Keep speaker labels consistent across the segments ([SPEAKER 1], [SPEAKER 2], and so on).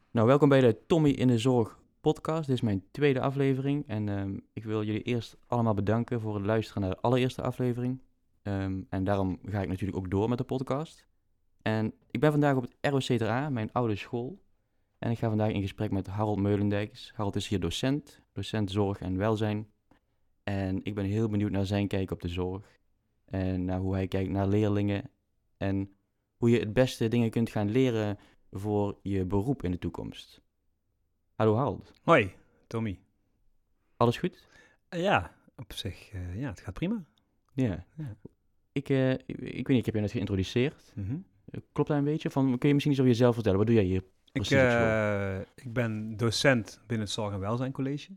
[SPEAKER 1] Nou, welkom bij de Tommy in de Zorg podcast. Dit is mijn tweede aflevering en ik wil jullie eerst allemaal bedanken voor het luisteren naar de allereerste aflevering. En daarom ga ik natuurlijk ook door met de podcast. En ik ben vandaag op het ROC-A, mijn oude school. En ik ga vandaag in gesprek met Harold Meulendijks. Harold is hier docent zorg en welzijn. En ik ben heel benieuwd naar zijn kijk op de zorg. En naar hoe hij kijkt naar leerlingen. En hoe je het beste dingen kunt gaan leren voor je beroep in de toekomst. Hallo Harold,
[SPEAKER 2] Hoi, Tommy.
[SPEAKER 1] alles goed?
[SPEAKER 2] Ja, op zich, het gaat prima.
[SPEAKER 1] Ja.
[SPEAKER 2] Ja.
[SPEAKER 1] Ik weet niet, ik heb je net geïntroduceerd.
[SPEAKER 2] Mhm.
[SPEAKER 1] Klopt dat een beetje? Kun je misschien iets over jezelf vertellen? Wat doe jij hier precies op school?
[SPEAKER 2] Ik ben docent binnen het Zorg- en Welzijncollege.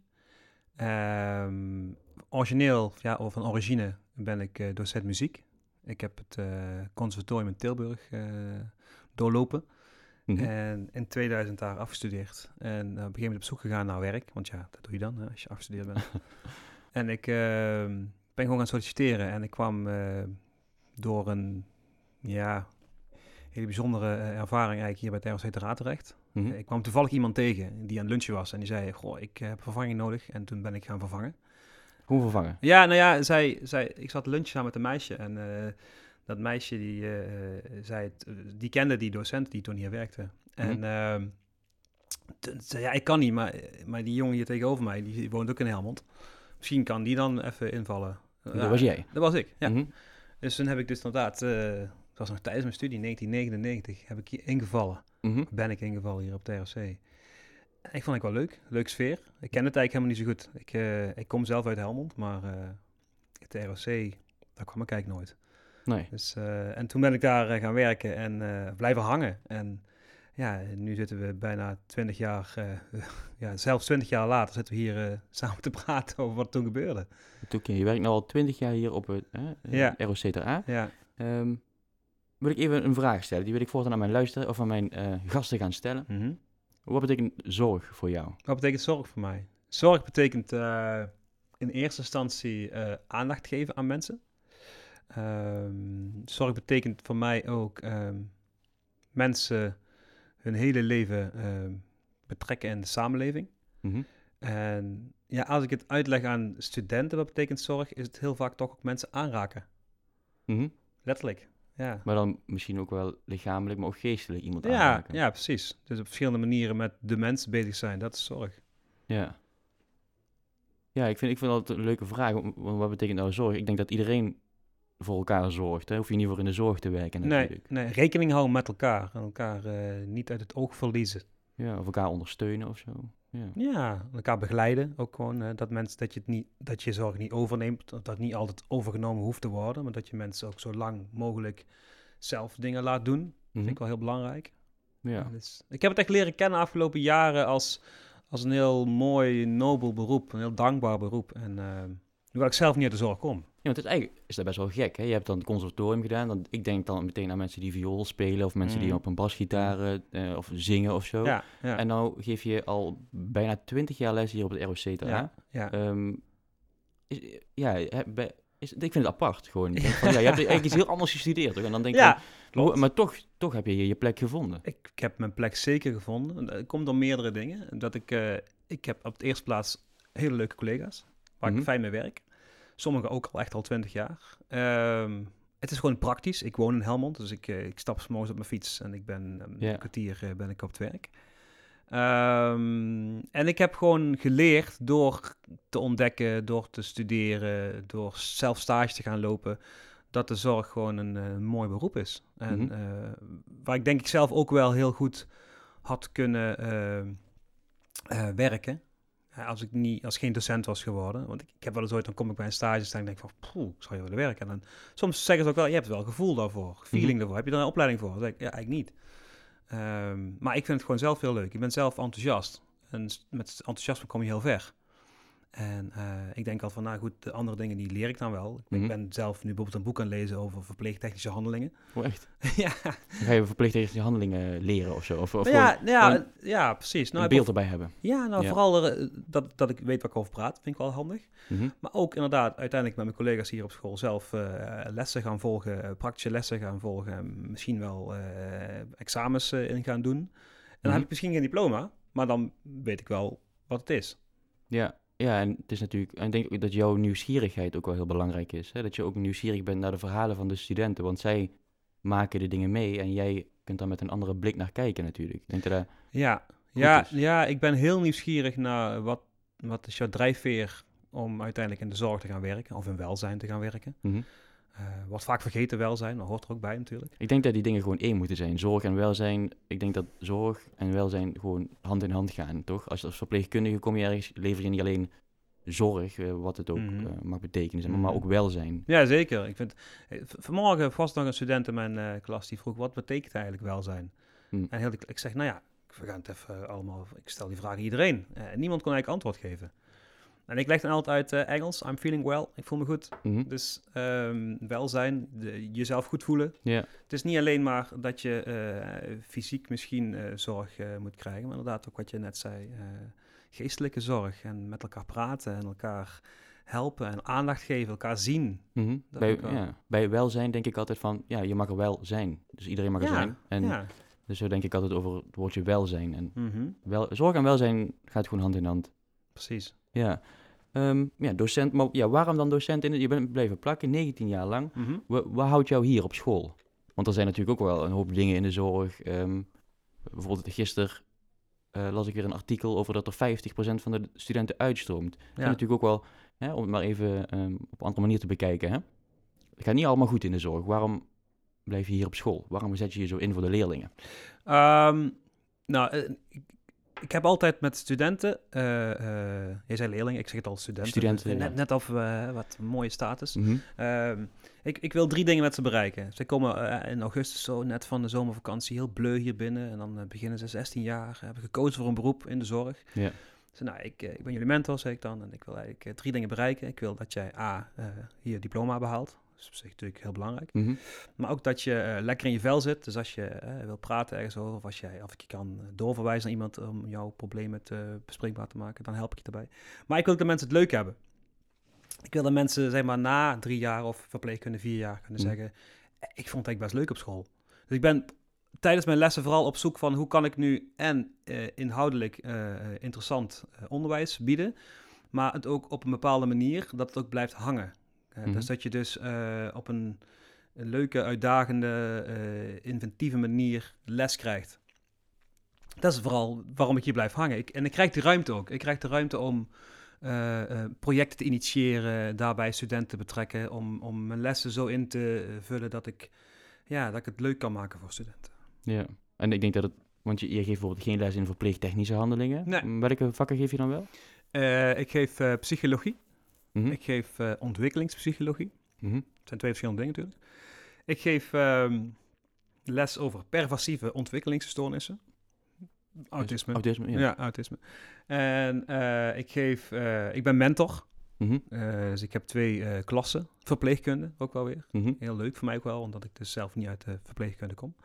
[SPEAKER 2] Origineel, of van origine, ben ik docent muziek. Ik heb het conservatorium in Tilburg doorlopen.
[SPEAKER 1] Mhm.
[SPEAKER 2] En in 2000 daar afgestudeerd. En op een gegeven moment op zoek gegaan naar werk. Want ja, dat doe je dan, hè, als je afgestudeerd bent. En ik ben gewoon gaan solliciteren. En ik kwam door een hele bijzondere ervaring eigenlijk hier bij het ROC-A terecht.
[SPEAKER 1] Mhm.
[SPEAKER 2] Ik kwam toevallig iemand tegen die aan het lunchen was. En die zei, goh, ik heb vervanging nodig. En toen ben ik gaan vervangen.
[SPEAKER 1] Hoe vervangen?
[SPEAKER 2] Ja, nou ja, ik zat lunchen samen met een meisje. En dat meisje die kende die docent die toen hier werkte. En toen zei ja, ik kan niet, maar die jongen hier tegenover mij, die woont ook in Helmond. Misschien kan die dan even invallen.
[SPEAKER 1] Dat was jij?
[SPEAKER 2] Dat was ik, ja.
[SPEAKER 1] Mhm.
[SPEAKER 2] Dus toen heb ik dus inderdaad, het was nog tijdens mijn studie, 1999, heb ik hier ingevallen.
[SPEAKER 1] Mhm.
[SPEAKER 2] Ben ik ingevallen hier op het ROC. En ik vond het wel leuk, leuke sfeer. Ik ken het eigenlijk helemaal niet zo goed. Ik kom zelf uit Helmond, maar het ROC, daar kwam ik eigenlijk nooit.
[SPEAKER 1] Nee.
[SPEAKER 2] Dus, en toen ben ik daar gaan werken en blijven hangen. En ja, nu zitten we bijna 20 jaar, zelfs 20 jaar later zitten we hier samen te praten over wat toen gebeurde.
[SPEAKER 1] Je werkt nu al 20 jaar hier op het
[SPEAKER 2] Ja.
[SPEAKER 1] ROC-A.
[SPEAKER 2] Ja.
[SPEAKER 1] Wil ik even een vraag stellen? Die wil ik voortaan aan mijn luisteren of aan mijn gasten gaan stellen.
[SPEAKER 2] Mhm.
[SPEAKER 1] Wat betekent zorg voor jou?
[SPEAKER 2] Wat betekent zorg voor mij? Zorg betekent in eerste instantie aandacht geven aan mensen. Zorg betekent voor mij ook mensen hun hele leven betrekken in de samenleving.
[SPEAKER 1] Mhm.
[SPEAKER 2] En ja, als ik het uitleg aan studenten wat betekent zorg, is het heel vaak toch ook mensen aanraken.
[SPEAKER 1] Mhm.
[SPEAKER 2] Letterlijk, ja.
[SPEAKER 1] Maar dan misschien ook wel lichamelijk, maar ook geestelijk iemand
[SPEAKER 2] Ja,
[SPEAKER 1] aanraken.
[SPEAKER 2] ja, precies. Dus op verschillende manieren met de mensen bezig zijn, dat is zorg.
[SPEAKER 1] Ja. Ja, ik vind dat een leuke vraag. Want wat betekent nou zorg? Ik denk dat iedereen voor elkaar zorgt. Hè? Hoef je niet voor in de zorg te werken natuurlijk.
[SPEAKER 2] Nee, rekening houden met elkaar en elkaar niet uit het oog verliezen.
[SPEAKER 1] Ja, of elkaar ondersteunen of zo. Ja.
[SPEAKER 2] Ja, elkaar begeleiden. Ook gewoon dat je zorg niet overneemt, dat het niet altijd overgenomen hoeft te worden, maar dat je mensen ook zo lang mogelijk zelf dingen laat doen. Dat vind ik wel heel belangrijk.
[SPEAKER 1] Ja.
[SPEAKER 2] Dus, ik heb het echt leren kennen de afgelopen jaren als een heel mooi, nobel beroep, een heel dankbaar beroep. En hoewel ik zelf niet uit de zorg kom.
[SPEAKER 1] Ja, want eigenlijk is dat best wel gek. Hè? Je hebt dan het conservatorium gedaan. Ik denk dan meteen aan mensen die viool spelen of mensen die op een basgitaar of zingen of zo.
[SPEAKER 2] Ja.
[SPEAKER 1] En nou geef je al bijna 20 jaar les hier op het ROC-A.
[SPEAKER 2] Ja.
[SPEAKER 1] Ik vind het apart gewoon. Ik denk van, je hebt eigenlijk iets heel anders gestudeerd. Toch? En dan denk
[SPEAKER 2] Ja,
[SPEAKER 1] ik,
[SPEAKER 2] klopt.
[SPEAKER 1] maar toch heb je hier je plek gevonden.
[SPEAKER 2] Ik heb mijn plek zeker gevonden. Dat komt door meerdere dingen. Dat ik heb op de eerste plaats hele leuke collega's, waar ik fijn mee werk. Sommigen ook al 20 jaar. Het is gewoon praktisch. Ik woon in Helmond, dus ik stap 's morgens op mijn fiets en ik ben een kwartier ben ik op het werk. En ik heb gewoon geleerd door te ontdekken, door te studeren, door zelf stage te gaan lopen, dat de zorg gewoon een mooi beroep is. En waar ik denk ik zelf ook wel heel goed had kunnen werken. Als ik geen docent was geworden. Want ik heb wel eens ooit, dan kom ik bij een stage staan en denk van, ik zou je willen werken. En dan, soms zeggen ze ook wel, je hebt wel gevoel daarvoor, feeling daarvoor. Heb je daar een opleiding voor? Dan zeg ik, ja, eigenlijk niet. Maar ik vind het gewoon zelf heel leuk. Ik ben zelf enthousiast. En met enthousiasme kom je heel ver. En ik denk al van, nou goed, de andere dingen die leer ik dan wel. Ik ben zelf nu bijvoorbeeld een boek aan het lezen over verpleegtechnische handelingen.
[SPEAKER 1] Oh, echt?
[SPEAKER 2] Ja.
[SPEAKER 1] Dan ga je verpleegtechnische handelingen leren of zo? Of
[SPEAKER 2] Ja, precies. Nou,
[SPEAKER 1] een beeld erbij hebben.
[SPEAKER 2] Ja, vooral dat ik weet waar ik over praat, vind ik wel handig.
[SPEAKER 1] Mhm.
[SPEAKER 2] Maar ook inderdaad uiteindelijk met mijn collega's hier op school zelf lessen gaan volgen, praktische lessen gaan volgen. Misschien wel examens in gaan doen. dan heb ik misschien geen diploma, maar dan weet ik wel wat het is.
[SPEAKER 1] Ja, en het is natuurlijk, en ik denk ook dat jouw nieuwsgierigheid ook wel heel belangrijk is. Hè? Dat je ook nieuwsgierig bent naar de verhalen van de studenten, want zij maken de dingen mee en jij kunt daar met een andere blik naar kijken natuurlijk. Ik denk dat dat goed is.
[SPEAKER 2] Ja, ik ben heel nieuwsgierig naar wat is jouw drijfveer om uiteindelijk in de zorg te gaan werken of in welzijn te gaan werken.
[SPEAKER 1] Mhm.
[SPEAKER 2] Wordt vaak vergeten welzijn, dat hoort er ook bij natuurlijk.
[SPEAKER 1] Ik denk dat die dingen gewoon één moeten zijn. Zorg en welzijn. Ik denk dat zorg en welzijn gewoon hand in hand gaan, toch? Als verpleegkundige kom je ergens, lever je niet alleen zorg, wat het ook mag betekenen, zeg maar ook welzijn.
[SPEAKER 2] Ja, zeker. Ik vind, vanmorgen vast nog een student in mijn klas die vroeg, wat betekent eigenlijk welzijn? En ik zeg, nou ja, we gaan het even allemaal, ik stel die vraag aan iedereen. Niemand kon eigenlijk antwoord geven. En ik leg dan altijd uit Engels, I'm feeling well, ik voel me goed. Dus welzijn, jezelf goed voelen.
[SPEAKER 1] Yeah.
[SPEAKER 2] Het is niet alleen maar dat je fysiek misschien zorg moet krijgen, maar inderdaad ook wat je net zei, geestelijke zorg en met elkaar praten en elkaar helpen en aandacht geven, elkaar zien.
[SPEAKER 1] Bij welzijn denk ik altijd van, ja, je mag er wel zijn. Dus iedereen mag er zijn. En dus zo denk ik altijd over het woordje welzijn. En zorg en welzijn gaat gewoon hand in hand.
[SPEAKER 2] Precies.
[SPEAKER 1] Ja. Docent. Maar ja, waarom dan docent? Je bent blijven plakken, 19 jaar lang. Wat houdt jou hier op school? Want er zijn natuurlijk ook wel een hoop dingen in de zorg. Bijvoorbeeld gisteren las ik weer een artikel over dat er 50% van de studenten uitstroomt. Dat is natuurlijk ook wel, om het maar even op een andere manier te bekijken. Hè? Het gaat niet allemaal goed in de zorg. Waarom blijf je hier op school? Waarom zet je je zo in voor de leerlingen?
[SPEAKER 2] Ik heb altijd met studenten, jij zei leerling, ik zeg het al studenten. Net of wat een mooie status. Ik wil 3 dingen met ze bereiken. Ze komen in augustus zo net van de zomervakantie heel bleu hier binnen. En dan beginnen ze 16 jaar, hebben gekozen voor een beroep in de zorg.
[SPEAKER 1] Ja.
[SPEAKER 2] Dus ik ben jullie mentor, zeg ik dan. En ik wil eigenlijk 3 dingen bereiken. Ik wil dat jij hier diploma behaalt. Dat is op zich natuurlijk heel belangrijk. Maar ook dat je lekker in je vel zit. Dus als je wil praten ergens over, of ik je kan doorverwijzen naar iemand om jouw problemen bespreekbaar te maken, dan help ik je erbij. Maar ik wil dat mensen het leuk hebben. Ik wil dat mensen, zeg maar, na 3 jaar of verpleegkundige 4 jaar kunnen zeggen, ik vond het eigenlijk best leuk op school. Dus ik ben tijdens mijn lessen vooral op zoek van hoe kan ik nu inhoudelijk interessant onderwijs bieden, maar het ook op een bepaalde manier dat het ook blijft hangen. Dus dat je dus op een leuke, uitdagende, inventieve manier les krijgt. Dat is vooral waarom ik hier blijf hangen. En ik krijg die ruimte ook. Ik krijg de ruimte om projecten te initiëren, daarbij studenten te betrekken, om mijn lessen zo in te vullen dat ik het leuk kan maken voor studenten.
[SPEAKER 1] Ja, en ik denk dat want je geeft bijvoorbeeld geen les in verpleegtechnische handelingen. Nee. Welke vakken geef je dan wel?
[SPEAKER 2] Ik geef psychologie. Ik geef ontwikkelingspsychologie. Het zijn 2 verschillende dingen natuurlijk. Ik geef les over perversieve ontwikkelingsstoornissen. Autisme. Ja, autisme. En ik ben mentor. Dus ik heb 2 klassen. Verpleegkunde ook wel weer. Heel leuk voor mij ook wel, omdat ik dus zelf niet uit de verpleegkunde kom.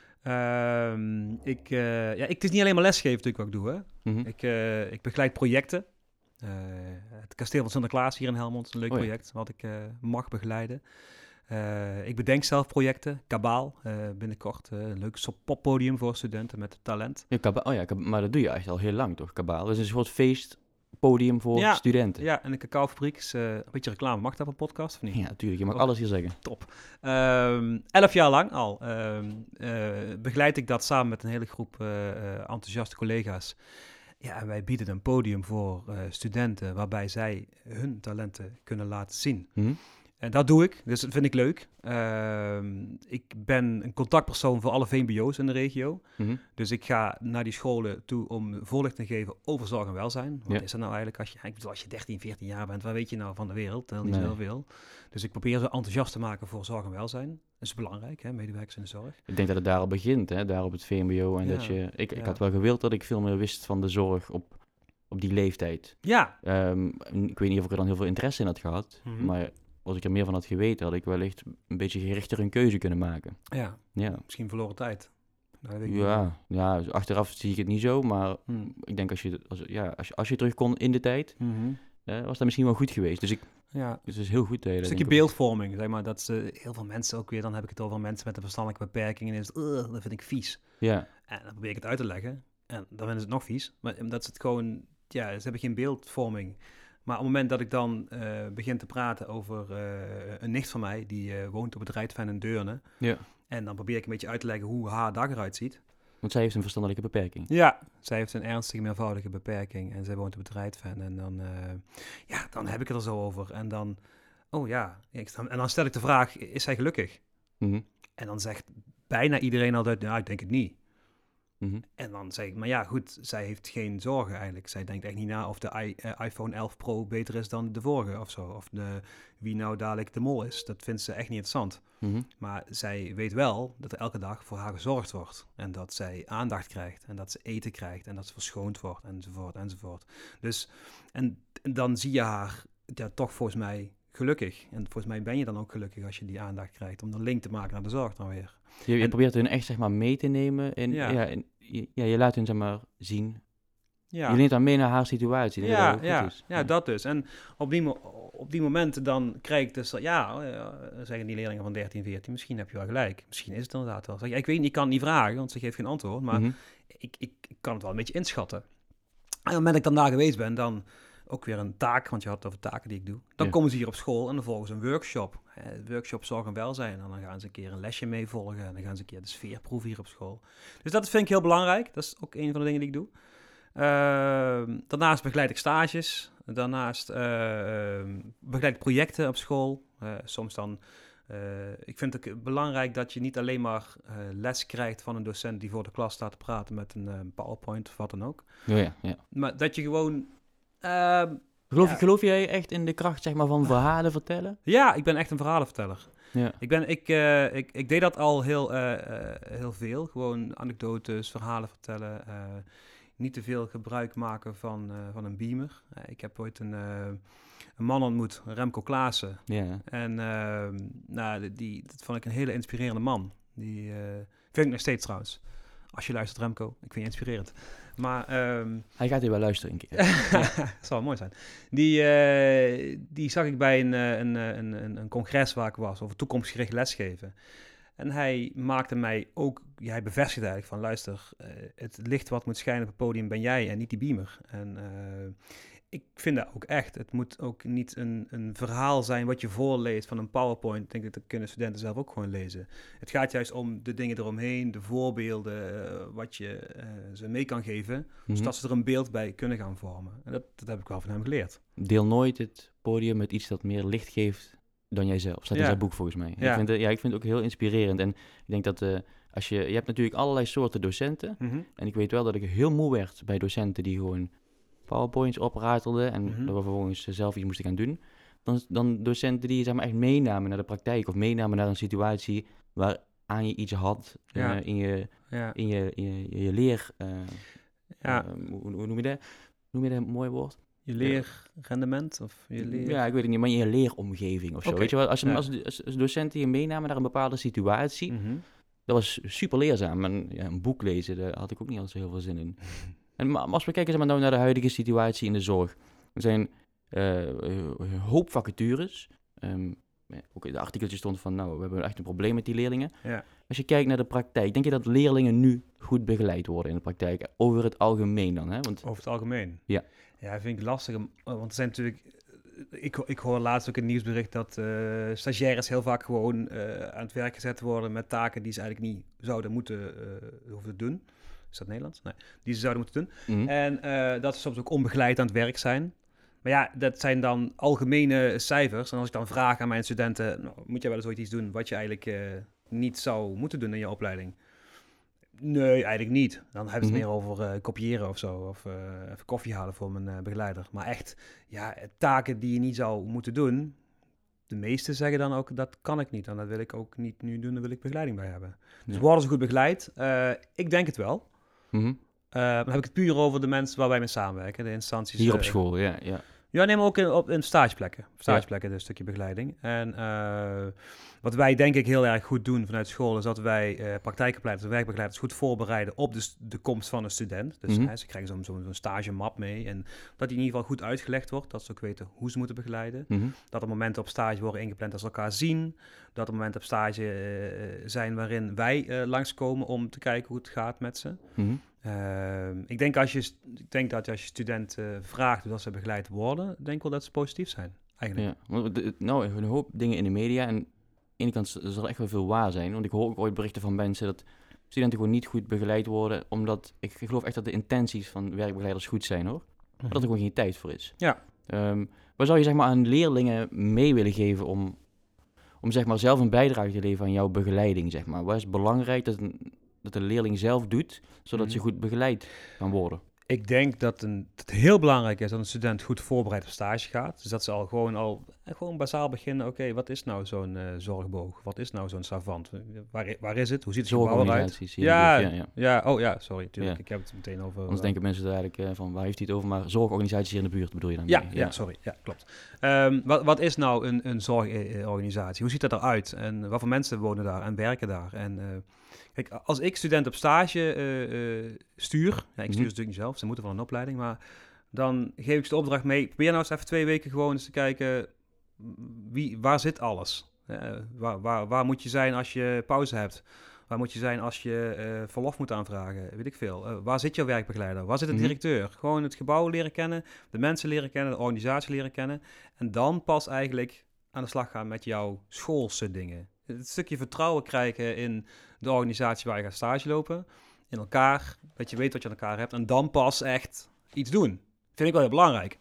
[SPEAKER 2] Het is niet alleen maar lesgeven natuurlijk wat ik doe. Hè. Ik begeleid projecten. Het kasteel van Sinterklaas hier in Helmond is een leuk project wat ik mag begeleiden. Ik bedenk zelf projecten. Kabaal, binnenkort een leuk poppodium voor studenten met talent.
[SPEAKER 1] Maar dat doe je eigenlijk al heel lang toch, Kabaal? Dat is een soort feestpodium voor studenten.
[SPEAKER 2] Ja, en de cacaofabriek is een beetje reclame. Mag dat van podcast of niet?
[SPEAKER 1] Ja, natuurlijk. Je mag alles hier zeggen.
[SPEAKER 2] Top. 11 jaar lang al begeleid ik dat samen met een hele groep enthousiaste collega's. Ja, en wij bieden een podium voor studenten waarbij zij hun talenten kunnen laten zien. En dat doe ik, dus dat vind ik leuk. Ik ben een contactpersoon voor alle VMBO's in de regio. Dus ik ga naar die scholen toe om voorlichting te geven over zorg en welzijn. Wat is er nou eigenlijk als je 13, 14 jaar bent, wat weet je nou van de wereld? Niet zo heel veel. Dus ik probeer ze enthousiast te maken voor zorg en welzijn. Dat is belangrijk, hè, medewerkers in de zorg.
[SPEAKER 1] Ik denk dat het daar al begint, hè, daar op het VMBO. En dat ik had wel gewild dat ik veel meer wist van de zorg op die leeftijd.
[SPEAKER 2] Ja.
[SPEAKER 1] Ik weet niet of ik er dan heel veel interesse in had gehad, maar als ik er meer van had geweten, had ik wellicht een beetje gerichter een keuze kunnen maken.
[SPEAKER 2] Ja. Misschien verloren tijd.
[SPEAKER 1] Achteraf zie ik het niet zo, maar ik denk als je terug kon in de tijd, was dat misschien wel goed geweest. Dus het is heel goed.
[SPEAKER 2] Een stukje beeldvorming, zeg maar, dat heel veel mensen ook weer, dan heb ik het over mensen met een verstandelijke beperking en dat vind ik vies.
[SPEAKER 1] Ja.
[SPEAKER 2] En dan probeer ik het uit te leggen. En dan vinden ze het nog vies. Maar omdat ze het gewoon... Ja, ze hebben geen beeldvorming. Maar op het moment dat ik dan begin te praten over een nicht van mij... die woont op het Rijtveen in Deurne.
[SPEAKER 1] Ja.
[SPEAKER 2] En dan probeer ik een beetje uit te leggen hoe haar dag eruit ziet.
[SPEAKER 1] Want zij heeft een verstandelijke beperking.
[SPEAKER 2] Ja, zij heeft een ernstige meervoudige beperking. En zij woont op het Rijtveen. En dan heb ik het er zo over. En dan... Oh ja. En dan stel ik de vraag, is zij gelukkig?
[SPEAKER 1] Mhm.
[SPEAKER 2] En dan zegt bijna iedereen altijd, nou, ik denk het niet.
[SPEAKER 1] Mhm.
[SPEAKER 2] En dan zeg ik, maar ja, goed, zij heeft geen zorgen eigenlijk. Zij denkt echt niet na of de iPhone 11 Pro beter is dan de vorige of zo. Of wie nou dadelijk de mol is. Dat vindt ze echt niet interessant.
[SPEAKER 1] Mhm.
[SPEAKER 2] Maar zij weet wel dat er elke dag voor haar gezorgd wordt. En dat zij aandacht krijgt. En dat ze eten krijgt. En dat ze verschoond wordt. Enzovoort, enzovoort. Dus, en dan zie je haar toch volgens mij gelukkig. En volgens mij ben je dan ook gelukkig als je die aandacht krijgt. Om de link te maken naar de zorg dan weer.
[SPEAKER 1] Je probeert hun echt, zeg maar, mee te nemen. Je laat hun, zeg maar, zien.
[SPEAKER 2] Ja.
[SPEAKER 1] Je neemt dan mee naar haar situatie.
[SPEAKER 2] Dat dus. En op die momenten dan krijg ik dus... zeggen die leerlingen van 13, 14, misschien heb je wel gelijk. Misschien is het inderdaad wel. Zeg, ik weet niet, ik kan het niet vragen, want ze geeft geen antwoord. Maar ik kan het wel een beetje inschatten. En op het moment dat ik dan daar geweest ben, dan ook weer een taak, want je had het over taken die ik doe. Dan komen ze hier op school en dan volgen ze een workshop. Workshop zorg en welzijn. En dan gaan ze een keer een lesje mee volgen. En dan gaan ze een keer de sfeerproef hier op school. Dus dat vind ik heel belangrijk. Dat is ook een van de dingen die ik doe. Daarnaast begeleid ik stages. Daarnaast begeleid ik projecten op school. Soms dan... ik vind het ook belangrijk dat je niet alleen maar les krijgt van een docent die voor de klas staat te praten met een PowerPoint of wat dan ook.
[SPEAKER 1] Ja.
[SPEAKER 2] Maar dat je gewoon...
[SPEAKER 1] Geloof jij echt in de kracht, zeg maar, van verhalen vertellen?
[SPEAKER 2] Ja, ik ben echt een verhalenverteller.
[SPEAKER 1] Ja.
[SPEAKER 2] Ik deed dat al heel veel. Gewoon anekdotes, verhalen vertellen. Niet te veel gebruik maken van een beamer. Ik heb ooit een man ontmoet, Remco Klaassen.
[SPEAKER 1] Ja.
[SPEAKER 2] En dat vond ik een hele inspirerende man. Die vind ik nog steeds trouwens. Als je luistert, Remco, ik vind je inspirerend. Maar,
[SPEAKER 1] hij gaat hier wel luisteren een keer.
[SPEAKER 2] Dat zou mooi zijn. Die zag ik bij een congres waar ik was, over toekomstgericht lesgeven. En hij maakte mij ook, hij bevestigde eigenlijk van, luister, het licht wat moet schijnen op het podium ben jij en niet die beamer. En ik vind dat ook echt. Het moet ook niet een verhaal zijn wat je voorleest van een PowerPoint. Ik denk dat kunnen studenten zelf ook gewoon lezen. Het gaat juist om de dingen eromheen, de voorbeelden, wat je ze mee kan geven. Zodat ze er een beeld bij kunnen gaan vormen. En dat heb ik wel van hem geleerd.
[SPEAKER 1] Deel nooit het podium met iets dat meer licht geeft dan jijzelf. Staat in zijn boek volgens mij. Ja. Ik vind het ook heel inspirerend. En ik denk dat je hebt natuurlijk allerlei soorten docenten. En ik weet wel dat ik heel moe werd bij docenten die gewoon PowerPoints opratelden en dat we vervolgens zelf iets moesten gaan doen. Dan docenten die, zeg maar, echt meenamen naar de praktijk of meenamen naar een situatie waaraan je iets had in je leer. Hoe noem je dat? Noem je dat een mooi woord?
[SPEAKER 2] Je leerrendement of je leer...
[SPEAKER 1] Ja, ik weet het niet, maar in je leeromgeving of zo. Okay. Weet je wel, als docenten je meenamen naar een bepaalde situatie, dat was super leerzaam. En een boek lezen, daar had ik ook niet altijd zo heel veel zin in. Maar als we kijken, zeg maar, nou naar de huidige situatie in de zorg. Er zijn een hoop vacatures. Ook in de artikeltje stond van, we hebben echt een probleem met die leerlingen.
[SPEAKER 2] Ja.
[SPEAKER 1] Als je kijkt naar de praktijk, denk je dat leerlingen nu goed begeleid worden in de praktijk? Over het algemeen dan, hè?
[SPEAKER 2] Over het algemeen?
[SPEAKER 1] Ja.
[SPEAKER 2] Ja, vind ik lastig. Want er zijn natuurlijk... Ik hoor laatst ook een nieuwsbericht dat stagiaires heel vaak gewoon aan het werk gezet worden met taken die ze eigenlijk niet zouden moeten hoeven te doen. Is dat Nederlands? Nee, die ze zouden moeten doen. En dat ze soms ook onbegeleid aan het werk zijn. Maar ja, dat zijn dan algemene cijfers. En als ik dan vraag aan mijn studenten, moet jij wel eens ooit iets doen wat je eigenlijk niet zou moeten doen in je opleiding? Nee, eigenlijk niet. Dan hebben ze het meer over kopiëren of zo. Of even koffie halen voor mijn begeleider. Maar echt, taken die je niet zou moeten doen. De meesten zeggen dan ook, dat kan ik niet. En dat wil ik ook niet nu doen, daar wil ik begeleiding bij hebben. Dus worden ze goed begeleid? Ik denk het wel. Dan heb ik het puur over de mensen waar wij mee samenwerken. De instanties.
[SPEAKER 1] Hier op school, ja.
[SPEAKER 2] Ja, neem ook in stageplekken. Stageplekken, dus een stukje begeleiding. En wat wij denk ik heel erg goed doen vanuit school... is dat wij praktijkbegeleiders en werkbegeleiders goed voorbereiden... op de komst van een student. Dus ze krijgen zo'n stagemap mee. En dat die in ieder geval goed uitgelegd wordt. Dat ze ook weten hoe ze moeten begeleiden. Dat er momenten op stage worden ingepland als ze elkaar zien. Dat er momenten op stage zijn waarin wij langskomen... om te kijken hoe het gaat met ze. Ik denk dat als je studenten vraagt dat ze begeleid worden, denk ik wel dat ze positief zijn, eigenlijk.
[SPEAKER 1] Ja, want een hoop dingen in de media en aan de ene kant zal er echt wel veel waar zijn, want ik hoor ook ooit berichten van mensen dat studenten gewoon niet goed begeleid worden, omdat ik geloof echt dat de intenties van werkbegeleiders goed zijn hoor, maar dat er gewoon geen tijd voor is.
[SPEAKER 2] Ja.
[SPEAKER 1] Wat zou je zeg maar aan leerlingen mee willen geven om zeg maar zelf een bijdrage te leveren aan jouw begeleiding, zeg maar? Wat is belangrijk dat de leerling zelf doet, zodat ze goed begeleid kan worden?
[SPEAKER 2] Ik denk dat het heel belangrijk is dat een student goed voorbereid op stage gaat. Dus dat ze gewoon bazaal beginnen. Oké, wat is nou zo'n zorgboog? Wat is nou zo'n savant? Waar is het? Hoe ziet het gebouw eruit? Sorry. Tuurlijk,
[SPEAKER 1] Ja.
[SPEAKER 2] Ik heb het meteen over...
[SPEAKER 1] Anders denken mensen er eigenlijk van, waar heeft hij het over? Maar zorgorganisaties hier in de buurt bedoel je dan?
[SPEAKER 2] Sorry. Ja, klopt. Wat is nou een zorgorganisatie? Hoe ziet dat eruit? En wat voor mensen wonen daar en werken daar? En kijk, als ik studenten op stage stuur... Ja, ik stuur ze natuurlijk niet zelf, ze moeten van een opleiding... maar dan geef ik ze de opdracht mee... probeer nou eens even 2 weken gewoon eens te kijken... waar zit alles? Waar moet je zijn als je pauze hebt? Waar moet je zijn als je verlof moet aanvragen? Weet ik veel. Waar zit jouw werkbegeleider? Waar zit de directeur? Gewoon het gebouw leren kennen, de mensen leren kennen, de organisatie leren kennen. En dan pas eigenlijk aan de slag gaan met jouw schoolse dingen. Het stukje vertrouwen krijgen in de organisatie waar je gaat stage lopen. In elkaar, dat je weet wat je aan elkaar hebt. En dan pas echt iets doen. Vind ik wel heel belangrijk.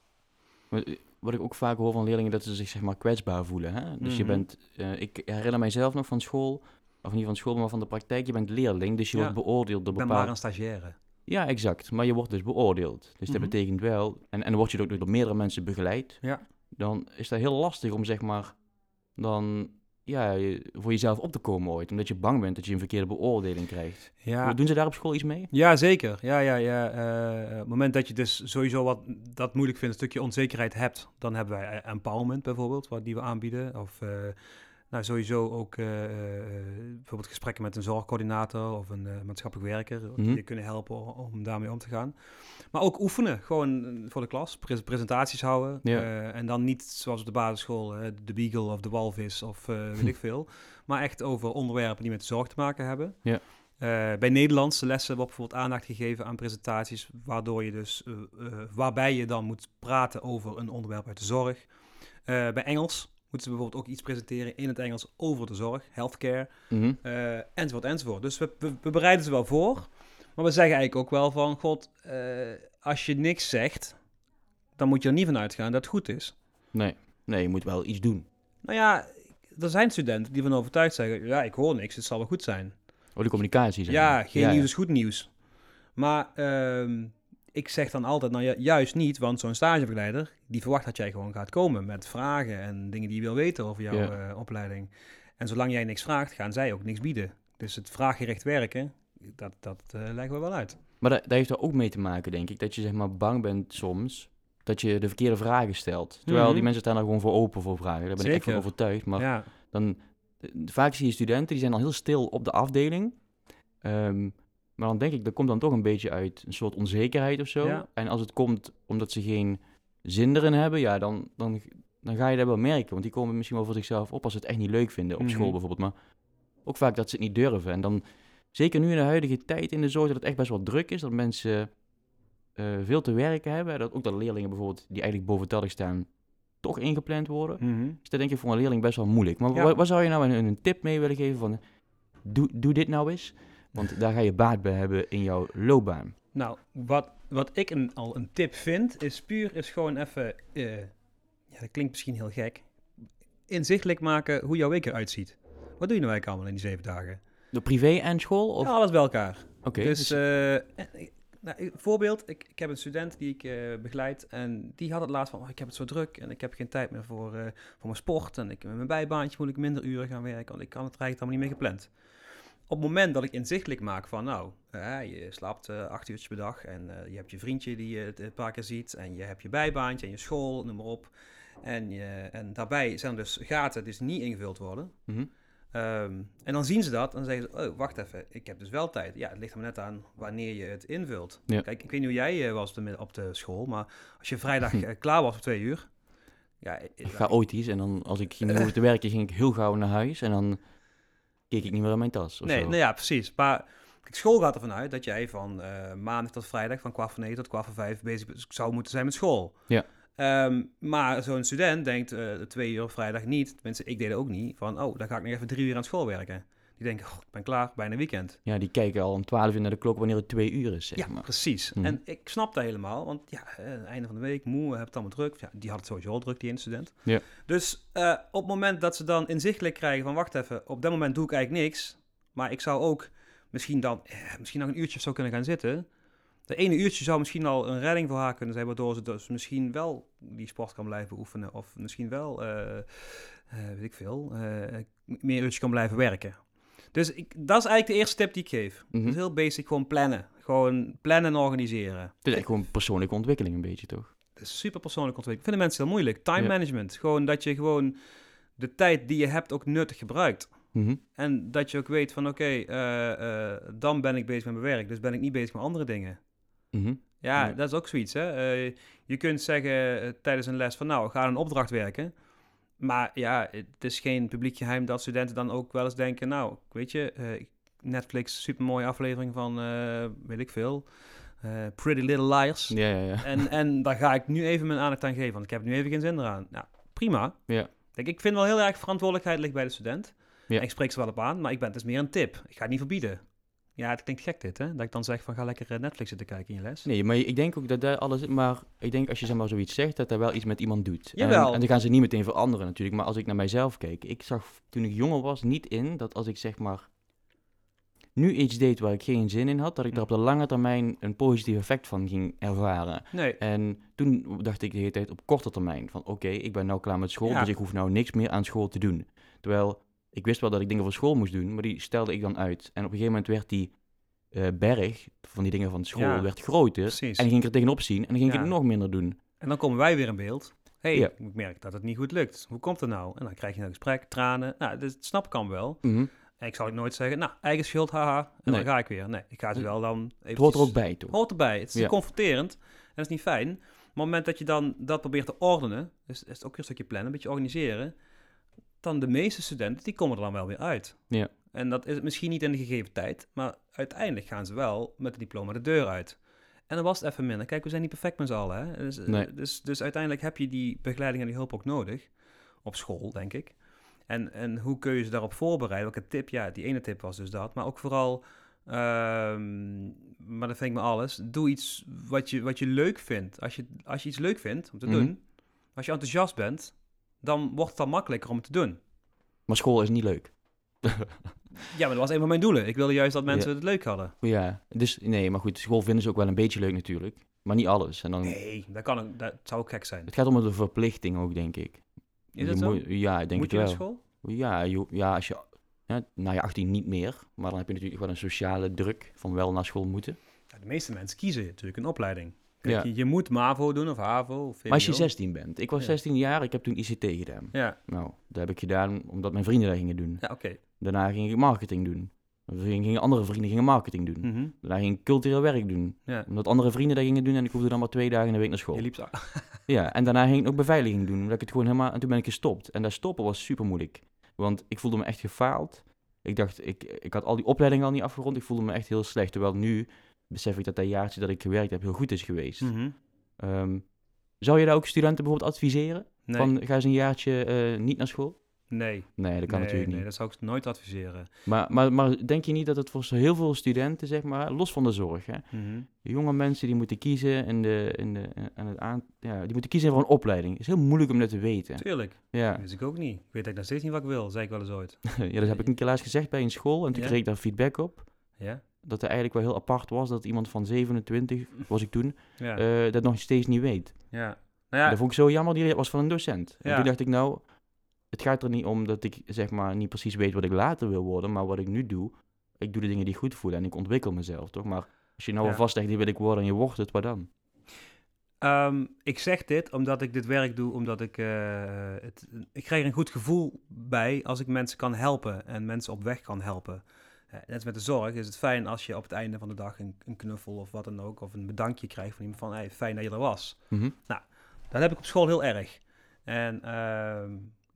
[SPEAKER 1] Wat ik ook vaak hoor van leerlingen, dat ze zich zeg maar kwetsbaar voelen. Hè? Dus je bent, ik herinner mijzelf nog van school, of niet van school, maar van de praktijk. Je bent leerling, dus je wordt beoordeeld door
[SPEAKER 2] bepaalde... Ik ben maar een stagiaire.
[SPEAKER 1] Ja, exact. Maar je wordt dus beoordeeld. Dus dat betekent wel, en dan word je ook door meerdere mensen begeleid.
[SPEAKER 2] Ja.
[SPEAKER 1] Dan is dat heel lastig om zeg maar, dan voor jezelf op te komen ooit. Omdat je bang bent dat je een verkeerde beoordeling krijgt.
[SPEAKER 2] Ja.
[SPEAKER 1] Doen ze daar op school iets mee?
[SPEAKER 2] Ja, zeker. Ja. Op het moment dat je dus sowieso dat moeilijk vindt, een stukje onzekerheid hebt, dan hebben wij empowerment bijvoorbeeld, die we aanbieden. Of sowieso ook bijvoorbeeld gesprekken met een zorgcoördinator of een maatschappelijk werker, die je kunnen helpen om daarmee om te gaan. Maar ook oefenen, gewoon voor de klas, presentaties houden.
[SPEAKER 1] Ja.
[SPEAKER 2] En dan niet zoals op de basisschool, de beagle of de walvis of weet ik veel. Maar echt over onderwerpen die met de zorg te maken hebben.
[SPEAKER 1] Ja.
[SPEAKER 2] Bij Nederlandse lessen wordt bijvoorbeeld aandacht gegeven aan presentaties, waardoor je dus, waarbij je dan moet praten over een onderwerp uit de zorg. Bij Engels moeten ze bijvoorbeeld ook iets presenteren in het Engels over de zorg, healthcare, enzovoort. Dus we bereiden ze wel voor, maar we zeggen eigenlijk ook wel van, god, als je niks zegt, dan moet je er niet van uitgaan dat het goed is.
[SPEAKER 1] Nee, je moet wel iets doen.
[SPEAKER 2] Nou ja, er zijn studenten die van overtuigd zeggen, ja, ik hoor niks, het zal wel goed zijn.
[SPEAKER 1] Oh, de communicatie. Zeg
[SPEAKER 2] ja, geen nieuws is goed nieuws. Maar ik zeg dan altijd, nou juist niet, want zo'n stagebegeleider, die verwacht dat jij gewoon gaat komen met vragen en dingen die je wil weten over jouw opleiding. En zolang jij niks vraagt, gaan zij ook niks bieden. Dus het vraaggericht werken, dat leggen we wel uit.
[SPEAKER 1] Maar dat heeft er ook mee te maken, denk ik, dat je zeg maar bang bent soms dat je de verkeerde vragen stelt. Terwijl die mensen staan daar gewoon voor open voor vragen. Daar ben ik echt van overtuigd. Maar dan, vaak zie je studenten, die zijn al heel stil op de afdeling. Maar dan denk ik, dat komt dan toch een beetje uit een soort onzekerheid of zo. Ja. En als het komt omdat ze geen zin erin hebben, dan ga je dat wel merken. Want die komen misschien wel voor zichzelf op als ze het echt niet leuk vinden, op school bijvoorbeeld. Maar ook vaak dat ze het niet durven. En dan, zeker nu in de huidige tijd in de zorg, dat het echt best wel druk is. Dat mensen veel te werken hebben. Dat ook dat leerlingen bijvoorbeeld, die eigenlijk boventallig staan, toch ingepland worden. Dus dat denk ik voor een leerling best wel moeilijk. Maar wat zou je nou een tip mee willen geven van, doe dit nou eens? Want daar ga je baat bij hebben in jouw loopbaan.
[SPEAKER 2] Nou, wat ik al een tip vind, is gewoon even, dat klinkt misschien heel gek, inzichtelijk maken hoe jouw week eruit ziet. Wat doe je nou eigenlijk allemaal in die 7 dagen?
[SPEAKER 1] De privé en school? Of?
[SPEAKER 2] Ja, alles bij elkaar.
[SPEAKER 1] Oké.
[SPEAKER 2] Dus, voorbeeld, ik heb een student die ik begeleid en die had het laatst van, ik heb het zo druk en ik heb geen tijd meer voor mijn sport en met mijn bijbaantje moet ik minder uren gaan werken, want ik kan het eigenlijk allemaal niet meer gepland. Op het moment dat ik inzichtelijk maak van, je slaapt 8 uurtjes per dag en je hebt je vriendje die je een paar keer ziet en je hebt je bijbaantje en je school, noem maar op. En daarbij zijn er dus gaten die niet ingevuld worden. En dan zien ze dat en dan zeggen ze, oh, wacht even, ik heb dus wel tijd. Ja, het ligt er maar net aan wanneer je het invult. Ja. Kijk, ik weet niet hoe jij was op de school, maar als je vrijdag klaar was voor 2 uur.
[SPEAKER 1] Ja, ik ga ooit iets en dan als ik ging te werken, ging ik heel gauw naar huis en dan keek ik niet meer aan mijn tas.
[SPEAKER 2] Nee, nou ja, precies. Maar School gaat ervan uit dat jij van maandag tot vrijdag, van 4:15 tot 4:15 bezig zou moeten zijn met school.
[SPEAKER 1] Ja.
[SPEAKER 2] Maar zo'n student denkt 2 uur op vrijdag niet, tenminste ik deed het ook niet, van dan ga ik nog even 3 uur aan school werken. Die denken, ik ben klaar, bijna weekend.
[SPEAKER 1] Ja, die kijken al om 12 uur naar de klok wanneer het 2 uur is, zeg maar.
[SPEAKER 2] Precies.
[SPEAKER 1] Mhm.
[SPEAKER 2] En ik snap dat helemaal, want einde van de week, moe, heb het allemaal druk. Ja, die had het sowieso al druk, die ene student.
[SPEAKER 1] Ja.
[SPEAKER 2] Dus op het moment dat ze dan inzichtelijk krijgen van, wacht even, op dat moment doe ik eigenlijk niks, maar ik zou ook misschien nog een uurtje of zo kunnen gaan zitten. Dat ene uurtje zou misschien al een redding voor haar kunnen zijn, waardoor ze dus misschien wel die sport kan blijven oefenen, of misschien wel, weet ik veel, meer uurtjes kan blijven werken. Dus dat is eigenlijk de eerste tip die ik geef.
[SPEAKER 1] Mhm.
[SPEAKER 2] Dat is heel basic, gewoon plannen. Gewoon plannen en organiseren.
[SPEAKER 1] Het is echt gewoon persoonlijke ontwikkeling een beetje, toch?
[SPEAKER 2] Dat is super persoonlijk ontwikkeling. Vinden mensen heel moeilijk. Time
[SPEAKER 1] Ja.
[SPEAKER 2] management. Gewoon dat je gewoon de tijd die je hebt ook nuttig gebruikt.
[SPEAKER 1] Mhm.
[SPEAKER 2] En dat je ook weet van oké, dan ben ik bezig met mijn werk. Dus ben ik niet bezig met andere dingen.
[SPEAKER 1] Mhm.
[SPEAKER 2] Ja,
[SPEAKER 1] Ja.
[SPEAKER 2] dat is ook zoiets. Hè? Je kunt zeggen tijdens een les van nou, ga aan een opdracht werken. Maar ja, het is geen publiek geheim dat studenten dan ook wel eens denken, nou, weet je, Netflix, supermooie aflevering van, weet ik veel, Pretty Little Liars.
[SPEAKER 1] Ja.
[SPEAKER 2] En daar ga ik nu even mijn aandacht aan geven, want ik heb nu even geen zin eraan. Nou, prima.
[SPEAKER 1] Ja.
[SPEAKER 2] Kijk, ik vind wel heel erg verantwoordelijkheid ligt bij de student.
[SPEAKER 1] Ja.
[SPEAKER 2] En ik spreek ze wel op aan, maar het is meer een tip. Ik ga het niet verbieden. Ja, het klinkt gek dit, hè? Dat ik dan zeg van, ga lekker Netflix zitten kijken in je les.
[SPEAKER 1] Nee, maar ik denk ook dat daar alles... Maar ik denk als je zeg maar zoiets zegt, dat dat wel iets met iemand doet.
[SPEAKER 2] Jawel.
[SPEAKER 1] En dan gaan ze niet meteen veranderen natuurlijk. Maar als ik naar mijzelf kijk, ik zag toen ik jonger was niet in dat als ik zeg maar nu iets deed waar ik geen zin in had, dat ik daar op de lange termijn een positief effect van ging ervaren.
[SPEAKER 2] Nee.
[SPEAKER 1] En toen dacht ik de hele tijd op korte termijn van oké, ik ben nou klaar met school,
[SPEAKER 2] Ja.
[SPEAKER 1] dus ik hoef nou niks meer aan school te doen. Terwijl ik wist wel dat ik dingen voor school moest doen, maar die stelde ik dan uit. En op een gegeven moment werd die berg van die dingen van school
[SPEAKER 2] Ja,
[SPEAKER 1] werd groter.
[SPEAKER 2] precies.
[SPEAKER 1] En dan ging ik er tegenop zien en dan ging ik
[SPEAKER 2] Ja.
[SPEAKER 1] het nog minder doen.
[SPEAKER 2] En dan komen wij weer in beeld. Hey,
[SPEAKER 1] Ja.
[SPEAKER 2] ik merk dat het niet goed lukt. Hoe komt het nou? En dan krijg je een gesprek, tranen. Nou, dat snap ik dan wel.
[SPEAKER 1] Mhm.
[SPEAKER 2] En ik zal ook nooit zeggen, nou, eigen schuld, haha. En
[SPEAKER 1] Nee.
[SPEAKER 2] dan ga ik weer. Nee, ik ga ze wel dan even...
[SPEAKER 1] Het hoort er ook bij, toch?
[SPEAKER 2] Hoort erbij. Het is
[SPEAKER 1] Ja.
[SPEAKER 2] confronterend. En dat is niet fijn. Maar op het moment dat je dan dat probeert te ordenen, dus is het ook weer een stukje plannen, een beetje organiseren, dan de meeste studenten, die komen er dan wel weer uit.
[SPEAKER 1] Ja.
[SPEAKER 2] En dat is misschien niet in de gegeven tijd, maar uiteindelijk gaan ze wel met het diploma de deur uit. En dan was het even minder. Kijk, we zijn niet perfect met z'n allen. Hè?
[SPEAKER 1] Nee.
[SPEAKER 2] Dus uiteindelijk heb je die begeleiding en die hulp ook nodig. Op school, denk ik. En hoe kun je ze daarop voorbereiden? Welke tip? Ja, die ene tip was dus dat. Maar ook vooral, maar dat vind ik maar alles. Doe iets wat je leuk vindt. Als je iets leuk vindt om te
[SPEAKER 1] Mhm.
[SPEAKER 2] doen, als je enthousiast bent, dan wordt het dan makkelijker om het te doen.
[SPEAKER 1] Maar school is niet leuk.
[SPEAKER 2] Ja, maar dat was een van mijn doelen. Ik wilde juist dat mensen
[SPEAKER 1] Ja.
[SPEAKER 2] het leuk hadden.
[SPEAKER 1] Ja, dus nee, maar goed, school vinden ze ook wel een beetje leuk natuurlijk. Maar niet alles. En dan,
[SPEAKER 2] Nee, dat zou ook gek zijn.
[SPEAKER 1] Het gaat om de verplichting ook, denk ik.
[SPEAKER 2] Is dat
[SPEAKER 1] Je
[SPEAKER 2] zo?
[SPEAKER 1] ja, ik denk
[SPEAKER 2] Moet
[SPEAKER 1] het
[SPEAKER 2] je naar
[SPEAKER 1] wel.
[SPEAKER 2] school?
[SPEAKER 1] Ja, als je... Ja, na je 18 niet meer, maar dan heb je natuurlijk wel een sociale druk van wel naar school moeten.
[SPEAKER 2] Ja, de meeste mensen kiezen natuurlijk een opleiding. Kijk,
[SPEAKER 1] Ja.
[SPEAKER 2] je moet MAVO doen of HAVO of VWO.
[SPEAKER 1] Maar als je 16 bent, ik was
[SPEAKER 2] Ja.
[SPEAKER 1] 16 jaar, ik heb toen ICT gedaan.
[SPEAKER 2] Ja,
[SPEAKER 1] Nou, dat heb ik gedaan omdat mijn vrienden dat gingen doen.
[SPEAKER 2] ja oké.
[SPEAKER 1] Daarna ging ik marketing doen. Andere vrienden gingen marketing doen.
[SPEAKER 2] Mhm.
[SPEAKER 1] Daarna ging ik cultureel werk doen.
[SPEAKER 2] Ja.
[SPEAKER 1] Omdat andere vrienden dat gingen doen en ik hoefde dan maar 2 dagen in de week naar school.
[SPEAKER 2] Je liep zo.
[SPEAKER 1] Ja, en daarna ging ik ook beveiliging doen, omdat ik het gewoon helemaal... En toen ben ik gestopt. En dat stoppen was super moeilijk. Want ik voelde me echt gefaald. Ik dacht, ik had al die opleidingen al niet afgerond. Ik voelde me echt heel slecht. Terwijl nu besef ik dat jaartje dat ik gewerkt heb heel goed is geweest.
[SPEAKER 2] Mhm.
[SPEAKER 1] Zou je daar ook studenten bijvoorbeeld adviseren?
[SPEAKER 2] Nee.
[SPEAKER 1] Van, ga eens een jaartje niet naar school?
[SPEAKER 2] Nee.
[SPEAKER 1] Nee, dat kan natuurlijk
[SPEAKER 2] Nee,
[SPEAKER 1] niet.
[SPEAKER 2] dat zou ik nooit adviseren.
[SPEAKER 1] Maar denk je niet dat het voor zo heel veel studenten, zeg maar, los van de zorg, hè?
[SPEAKER 2] Mhm.
[SPEAKER 1] Jonge mensen die moeten kiezen die moeten kiezen voor een opleiding. Het is heel moeilijk om dat te weten.
[SPEAKER 2] Tuurlijk.
[SPEAKER 1] Ja.
[SPEAKER 2] Dat wist ik ook niet. Ik weet eigenlijk nog steeds niet wat ik wil, zei ik wel eens ooit.
[SPEAKER 1] Ja, dat heb ik een keer laatst gezegd bij een school en toen
[SPEAKER 2] Ja.
[SPEAKER 1] kreeg ik daar feedback op.
[SPEAKER 2] Ja?
[SPEAKER 1] Dat er eigenlijk wel heel apart was dat iemand van 27, was ik toen,
[SPEAKER 2] Ja.
[SPEAKER 1] dat nog steeds niet weet.
[SPEAKER 2] Ja. Nou ja,
[SPEAKER 1] Dat vond ik zo jammer, die was van een docent. En
[SPEAKER 2] Ja.
[SPEAKER 1] toen dacht ik nou, het gaat er niet om dat ik zeg maar niet precies weet wat ik later wil worden, maar wat ik nu doe, ik doe de dingen die ik goed voelen en ik ontwikkel mezelf, toch? Maar als je nou
[SPEAKER 2] Ja.
[SPEAKER 1] al vastlegt, die wil ik worden en je wordt het, wat dan?
[SPEAKER 2] ik zeg dit omdat ik dit werk doe, omdat ik krijg er een goed gevoel bij als ik mensen kan helpen en mensen op weg kan helpen. Net als met de zorg is het fijn als je op het einde van de dag een knuffel of wat dan ook, of een bedankje krijgt van iemand van, hey, fijn dat je er was.
[SPEAKER 1] Mhm.
[SPEAKER 2] Dat heb ik op school heel erg. En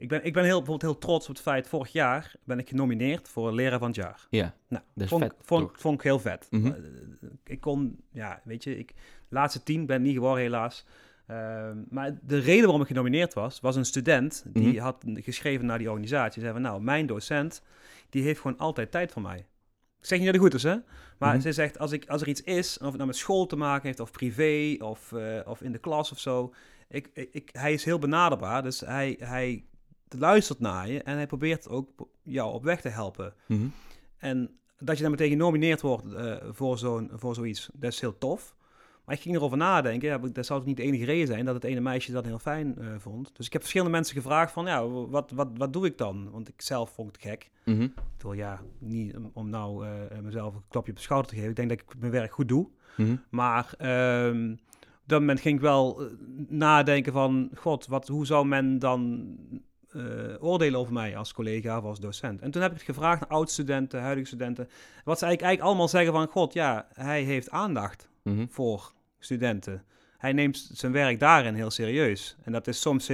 [SPEAKER 2] Ik ben bijvoorbeeld heel trots op het feit, vorig jaar ben ik genomineerd voor leraar van het jaar.
[SPEAKER 1] Ja,
[SPEAKER 2] Nou,
[SPEAKER 1] dat is
[SPEAKER 2] vond,
[SPEAKER 1] vet,
[SPEAKER 2] vond,
[SPEAKER 1] toch?
[SPEAKER 2] vond ik heel vet.
[SPEAKER 1] Mhm.
[SPEAKER 2] Ik kon, weet je, laatste 10 ben niet geworden helaas. Maar de reden waarom ik genomineerd was een student die
[SPEAKER 1] Mhm.
[SPEAKER 2] had geschreven naar die organisatie. Zei van, nou, mijn docent, die heeft gewoon altijd tijd voor mij. Ik zeg niet dat het goed is, hè? Maar
[SPEAKER 1] Mhm.
[SPEAKER 2] ze zegt, als er iets is, of het nou met school te maken heeft, of privé, of in de klas of zo. Hij is heel benaderbaar, dus hij luistert naar je en hij probeert ook jou op weg te helpen.
[SPEAKER 1] Mhm.
[SPEAKER 2] En dat je dan meteen genomineerd wordt voor zoiets, dat is heel tof. Maar ik ging erover nadenken, ja, dat zou niet de enige reden zijn dat het ene meisje dat heel fijn vond. Dus ik heb verschillende mensen gevraagd van, ja, wat doe ik dan? Want ik zelf vond het gek.
[SPEAKER 1] Mhm.
[SPEAKER 2] Ik wil, niet om nou mezelf een klapje op de schouder te geven. Ik denk dat ik mijn werk goed doe.
[SPEAKER 1] Mhm.
[SPEAKER 2] Maar op dat moment ging ik wel nadenken van, god, hoe zou men dan oordelen over mij als collega of als docent? En toen heb ik het gevraagd aan oud-studenten, huidige studenten. Wat ze eigenlijk allemaal zeggen van, god, ja, hij heeft aandacht
[SPEAKER 1] Mhm.
[SPEAKER 2] voor studenten. Hij neemt zijn werk daarin heel serieus. En dat is soms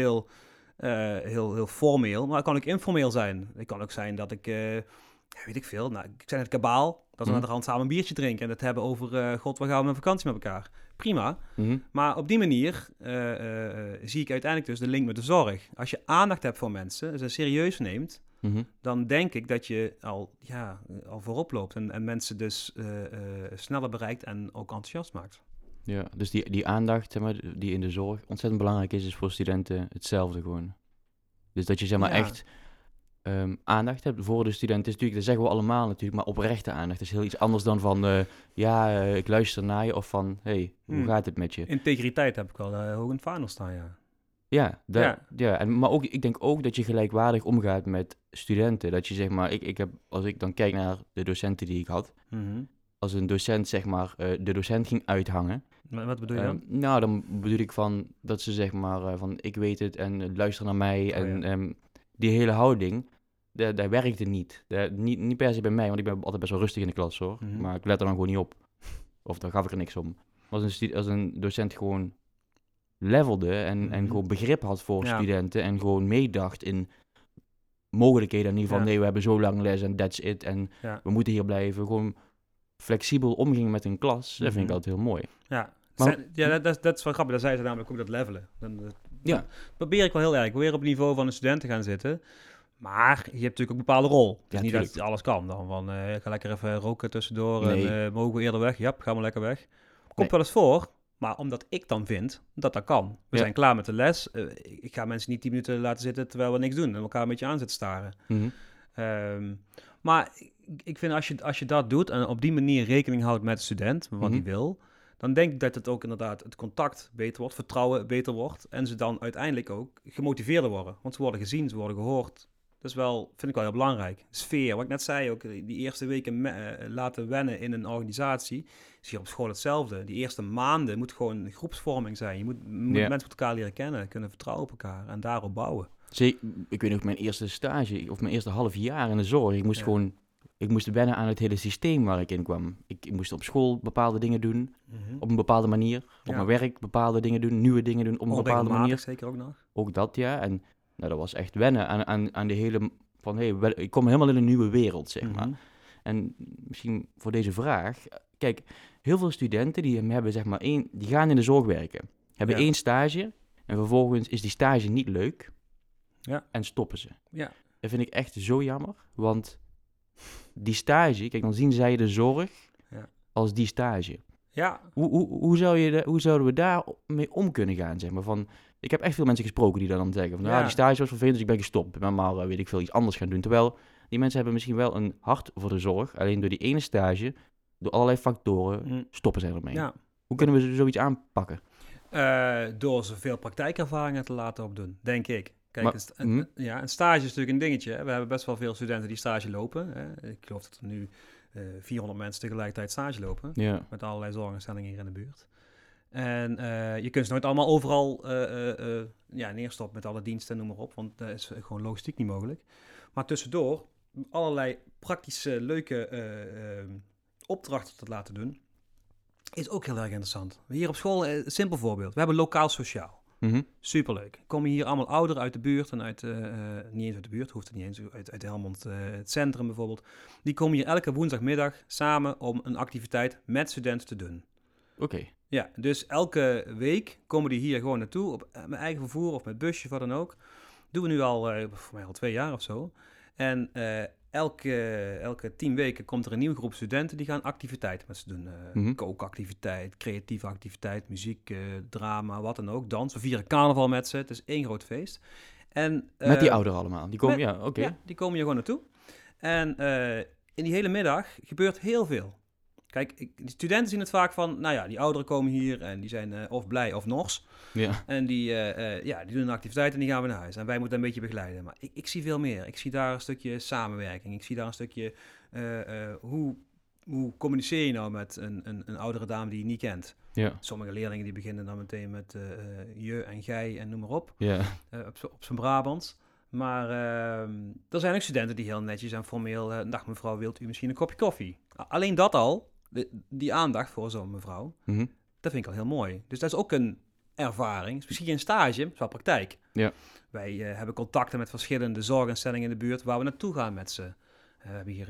[SPEAKER 2] heel formeel, maar het kan ook informeel zijn. Het kan ook zijn dat ik, weet ik veel, nou, ik zei net kabaal, dat we
[SPEAKER 1] Mhm.
[SPEAKER 2] naar de rand samen een biertje drinken en het hebben over, god, waar gaan we met vakantie met elkaar? Prima.
[SPEAKER 1] Mhm.
[SPEAKER 2] Maar op die manier zie ik uiteindelijk dus de link met de zorg. Als je aandacht hebt voor mensen, ze serieus neemt,
[SPEAKER 1] Mhm.
[SPEAKER 2] dan denk ik dat je al voorop loopt en mensen dus sneller bereikt en ook enthousiast maakt.
[SPEAKER 1] Ja, dus die aandacht, zeg maar, die in de zorg ontzettend belangrijk is voor studenten hetzelfde gewoon. Dus dat je zeg maar
[SPEAKER 2] Ja.
[SPEAKER 1] echt aandacht hebt voor de studenten. Is natuurlijk, dat zeggen we allemaal natuurlijk, maar oprechte aandacht is heel iets anders dan van, ik luister naar je of van, hey, hoe gaat het met je?
[SPEAKER 2] Integriteit heb ik wel hoog in het vaandel staan, ja.
[SPEAKER 1] Ja,
[SPEAKER 2] Ja.
[SPEAKER 1] maar ook, ik denk ook dat je gelijkwaardig omgaat met studenten. Dat je zeg maar, als ik dan kijk naar de docenten die ik had,
[SPEAKER 2] Mhm.
[SPEAKER 1] als een docent zeg maar de docent ging uithangen,
[SPEAKER 2] Wat bedoel je dan?
[SPEAKER 1] nou dan bedoel ik van dat ze zeg maar van ik weet het en luister naar mij en
[SPEAKER 2] ja.
[SPEAKER 1] die hele houding, daar werkte niet. Niet per se bij mij, want ik ben altijd best wel rustig in de klas hoor,
[SPEAKER 2] Mhm.
[SPEAKER 1] maar ik let er dan gewoon niet op. Of dan gaf ik er niks om. Als een docent gewoon levelde en
[SPEAKER 2] Mhm.
[SPEAKER 1] gewoon begrip had voor
[SPEAKER 2] Ja.
[SPEAKER 1] studenten en gewoon meedacht in mogelijkheden. In ieder geval,
[SPEAKER 2] Ja.
[SPEAKER 1] nee, we hebben zo lang les en that's it. En
[SPEAKER 2] Ja.
[SPEAKER 1] we moeten hier blijven. Gewoon flexibel omging met een klas. Dat vind ik
[SPEAKER 2] Mhm.
[SPEAKER 1] altijd heel mooi.
[SPEAKER 2] Ja,
[SPEAKER 1] Maar-
[SPEAKER 2] dat is wel grappig. Dat zei ze namelijk ook, dat levelen.
[SPEAKER 1] Ja.
[SPEAKER 2] Dat probeer ik wel heel erg. Ik probeer op het niveau van een student te gaan zitten. Maar je hebt natuurlijk ook een bepaalde rol. Het is
[SPEAKER 1] Ja,
[SPEAKER 2] niet dat
[SPEAKER 1] tuurlijk.
[SPEAKER 2] je alles kan. Dan van, ik ga lekker even roken tussendoor
[SPEAKER 1] Nee.
[SPEAKER 2] en mogen we eerder weg? Ja, gaan we lekker weg. Komt
[SPEAKER 1] Nee.
[SPEAKER 2] wel eens voor, maar omdat ik dan vind dat dat kan. We
[SPEAKER 1] Ja.
[SPEAKER 2] zijn klaar met de les. Ik ga mensen niet 10 minuten laten zitten terwijl we niks doen en elkaar een beetje aan zitten staren.
[SPEAKER 1] Mhm.
[SPEAKER 2] Maar ik vind als je dat doet en op die manier rekening houdt met de student, wat hij
[SPEAKER 1] Mhm.
[SPEAKER 2] wil, dan denk ik dat het ook inderdaad het contact beter wordt, vertrouwen beter wordt en ze dan uiteindelijk ook gemotiveerder worden. Want ze worden gezien, ze worden gehoord. Dat is wel, vind ik wel heel belangrijk. Sfeer, wat ik net zei ook, die eerste weken laten wennen in een organisatie, is hier op school hetzelfde. Die eerste maanden moet gewoon groepsvorming zijn. Je moet
[SPEAKER 1] Ja.
[SPEAKER 2] mensen met elkaar leren kennen, kunnen vertrouwen op elkaar en daarop bouwen.
[SPEAKER 1] Ik weet nog mijn eerste stage of mijn eerste half jaar in de zorg. Ik moest wennen aan het hele systeem waar ik in kwam. Ik moest op school bepaalde dingen doen, op een bepaalde manier. Op
[SPEAKER 2] Ja.
[SPEAKER 1] mijn werk bepaalde dingen doen, nieuwe dingen doen op een bepaalde
[SPEAKER 2] Onregelmatig
[SPEAKER 1] manier.
[SPEAKER 2] zeker ook nog.
[SPEAKER 1] Ook dat, ja. En nou, dat was echt wennen aan de hele... Van, ik kom helemaal in een nieuwe wereld, zeg maar.
[SPEAKER 2] Mhm.
[SPEAKER 1] En misschien voor deze vraag... Kijk, heel veel studenten die hebben, zeg maar, die gaan in de zorg werken. Hebben
[SPEAKER 2] Ja.
[SPEAKER 1] 1 stage en vervolgens is die stage niet leuk.
[SPEAKER 2] Ja.
[SPEAKER 1] En stoppen ze.
[SPEAKER 2] Ja.
[SPEAKER 1] Dat vind ik echt zo jammer, want die stage... Kijk, dan zien zij de zorg
[SPEAKER 2] Ja.
[SPEAKER 1] als die stage.
[SPEAKER 2] Ja,
[SPEAKER 1] Hoe zouden we daar mee om kunnen gaan, zeg maar? Van, ik heb echt veel mensen gesproken die dan zeggen van,
[SPEAKER 2] Ja.
[SPEAKER 1] die stage was vervelend, dus ik ben gestopt. Ik ben maar, weet ik veel, iets anders gaan doen. Terwijl, die mensen hebben misschien wel een hart voor de zorg, alleen door die ene stage, door allerlei factoren, stoppen ze ermee.
[SPEAKER 2] ja.
[SPEAKER 1] Hoe kunnen we zoiets aanpakken?
[SPEAKER 2] Door zoveel praktijkervaringen te laten opdoen, denk ik. Kijk,
[SPEAKER 1] Maar-
[SPEAKER 2] een stage is natuurlijk een dingetje. Hè. We hebben best wel veel studenten die stage lopen. Hè. Ik geloof dat er nu 400 mensen tegelijkertijd stage lopen.
[SPEAKER 1] Ja.
[SPEAKER 2] Met allerlei zorginstellingen hier in de buurt. En je kunt ze nooit allemaal overal neerstoppen met alle diensten en noem maar op. Want dat is gewoon logistiek niet mogelijk. Maar tussendoor allerlei praktische, leuke opdrachten te laten doen, is ook heel erg interessant. Hier op school, een simpel voorbeeld. We hebben lokaal sociaal.
[SPEAKER 1] Mhm.
[SPEAKER 2] Superleuk. Komen hier allemaal ouderen uit de buurt en niet eens uit de buurt, hoeft het niet eens, uit Helmond, het centrum bijvoorbeeld. Die komen hier elke woensdagmiddag samen om een activiteit met studenten te doen.
[SPEAKER 1] Oké.
[SPEAKER 2] Ja, dus elke week komen die hier gewoon naartoe, op mijn eigen vervoer of met busje, wat dan ook. Doen we nu al, voor mij al 2 jaar of zo. En elke 10 weken komt er een nieuwe groep studenten die gaan activiteiten met ze doen. Kookactiviteit, creatieve activiteit, muziek, drama, wat dan ook, dans. We vieren carnaval met ze, het is één groot feest. En,
[SPEAKER 1] Met die ouderen allemaal? Die komen, ja, oké.
[SPEAKER 2] Ja, die komen hier gewoon naartoe. En in die hele middag gebeurt heel veel. Kijk, die studenten zien het vaak van, nou ja, die ouderen komen hier en die zijn of blij of nors.
[SPEAKER 1] Ja.
[SPEAKER 2] En die doen een activiteit en die gaan we naar huis. En wij moeten een beetje begeleiden. Maar ik zie veel meer. Ik zie daar een stukje samenwerking. Ik zie daar een stukje, hoe communiceer je nou met een oudere dame die je niet kent?
[SPEAKER 1] Ja.
[SPEAKER 2] Sommige leerlingen die beginnen dan meteen met je en gij en noem maar op.
[SPEAKER 1] Ja.
[SPEAKER 2] Op zijn Brabants. Maar er zijn ook studenten die heel netjes en formeel... dag mevrouw, wilt u misschien een kopje koffie? Alleen dat al, die aandacht voor zo'n mevrouw,
[SPEAKER 1] Mhm.
[SPEAKER 2] dat vind ik al heel mooi. Dus dat is ook een ervaring. Misschien geen stage, het is wel praktijk.
[SPEAKER 1] Ja.
[SPEAKER 2] Wij hebben contacten met verschillende zorginstellingen in de buurt waar we naartoe gaan met ze. We hebben hier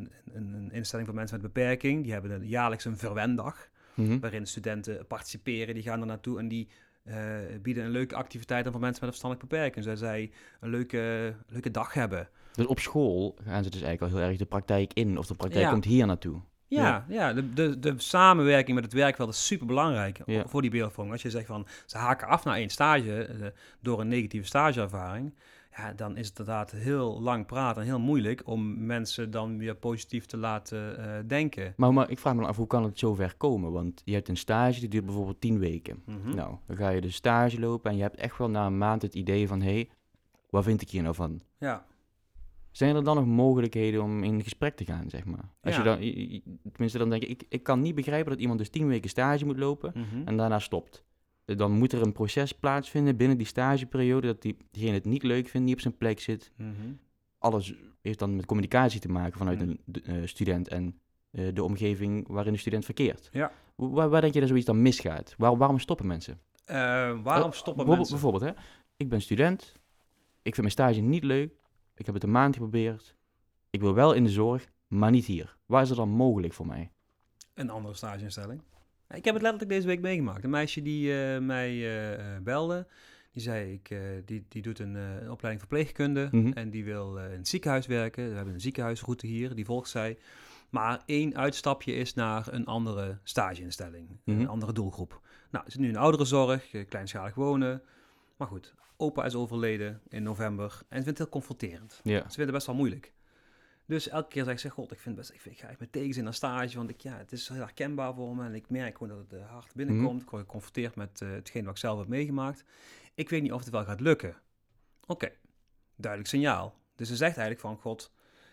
[SPEAKER 2] een instelling voor mensen met beperking. Die hebben jaarlijks een verwendag,
[SPEAKER 1] Mhm.
[SPEAKER 2] waarin studenten participeren. Die gaan er naartoe en die bieden een leuke activiteit aan voor mensen met een verstandelijke beperking. Zodat zij een leuke dag hebben.
[SPEAKER 1] Dus op school gaan ze dus eigenlijk al heel erg de praktijk in. Of de praktijk
[SPEAKER 2] Ja.
[SPEAKER 1] komt hier naartoe.
[SPEAKER 2] Ja, de samenwerking met het werkveld is super belangrijk
[SPEAKER 1] Ja.
[SPEAKER 2] voor die beeldvorming. Als je zegt van ze haken af na 1 stage door een negatieve stageervaring, ja, dan is het inderdaad heel lang praten en heel moeilijk om mensen dan weer positief te laten denken.
[SPEAKER 1] Maar ik vraag me dan af, hoe kan het zover komen? Want je hebt een stage, die duurt bijvoorbeeld 10 weken.
[SPEAKER 2] Mhm.
[SPEAKER 1] Nou, dan ga je de stage lopen en je hebt echt wel na een maand het idee van... hé, wat vind ik hier nou van?
[SPEAKER 2] Ja.
[SPEAKER 1] Zijn er dan nog mogelijkheden om in gesprek te gaan, zeg maar? Als
[SPEAKER 2] Ja.
[SPEAKER 1] je dan, tenminste, dan denk ik kan niet begrijpen dat iemand dus 10 weken stage moet lopen
[SPEAKER 2] Mhm.
[SPEAKER 1] en daarna stopt. Dan moet er een proces plaatsvinden binnen die stageperiode dat diegene het niet leuk vindt, niet op zijn plek zit.
[SPEAKER 2] Mhm.
[SPEAKER 1] Alles heeft dan met communicatie te maken vanuit
[SPEAKER 2] Mhm.
[SPEAKER 1] een student en de omgeving waarin de student verkeert.
[SPEAKER 2] Ja.
[SPEAKER 1] Waar denk je dat zoiets dan misgaat? Waarom stoppen mensen?
[SPEAKER 2] Waarom stoppen
[SPEAKER 1] Bijvoorbeeld, hè? Ik ben student, ik vind mijn stage niet leuk, ik heb het een maand geprobeerd, ik wil wel in de zorg, maar niet hier. Waar is het dan mogelijk voor mij?
[SPEAKER 2] Een andere stageinstelling. Ik heb het letterlijk deze week meegemaakt. Een meisje die mij belde, die zei, die doet een opleiding verpleegkunde
[SPEAKER 1] Mhm.
[SPEAKER 2] en die wil in het ziekenhuis werken. We hebben een ziekenhuisroute hier, die volgt zij. Maar 1 uitstapje is naar een andere stageinstelling,
[SPEAKER 1] Mhm.
[SPEAKER 2] een andere doelgroep. Nou, ze zit nu in ouderenzorg, kleinschalig wonen. Maar goed, opa is overleden in november en ze vindt het heel confronterend.
[SPEAKER 1] Ja.
[SPEAKER 2] Ze vinden het best wel moeilijk. Dus elke keer zeg ik, god, ik ga echt met tegenzin naar stage, want het is heel herkenbaar voor me en ik merk gewoon dat het hard binnenkomt. Ik word geconfronteerd met hetgeen wat ik zelf heb meegemaakt. Ik weet niet of het wel gaat lukken. Oké, duidelijk signaal. Dus ze zegt eigenlijk van, god,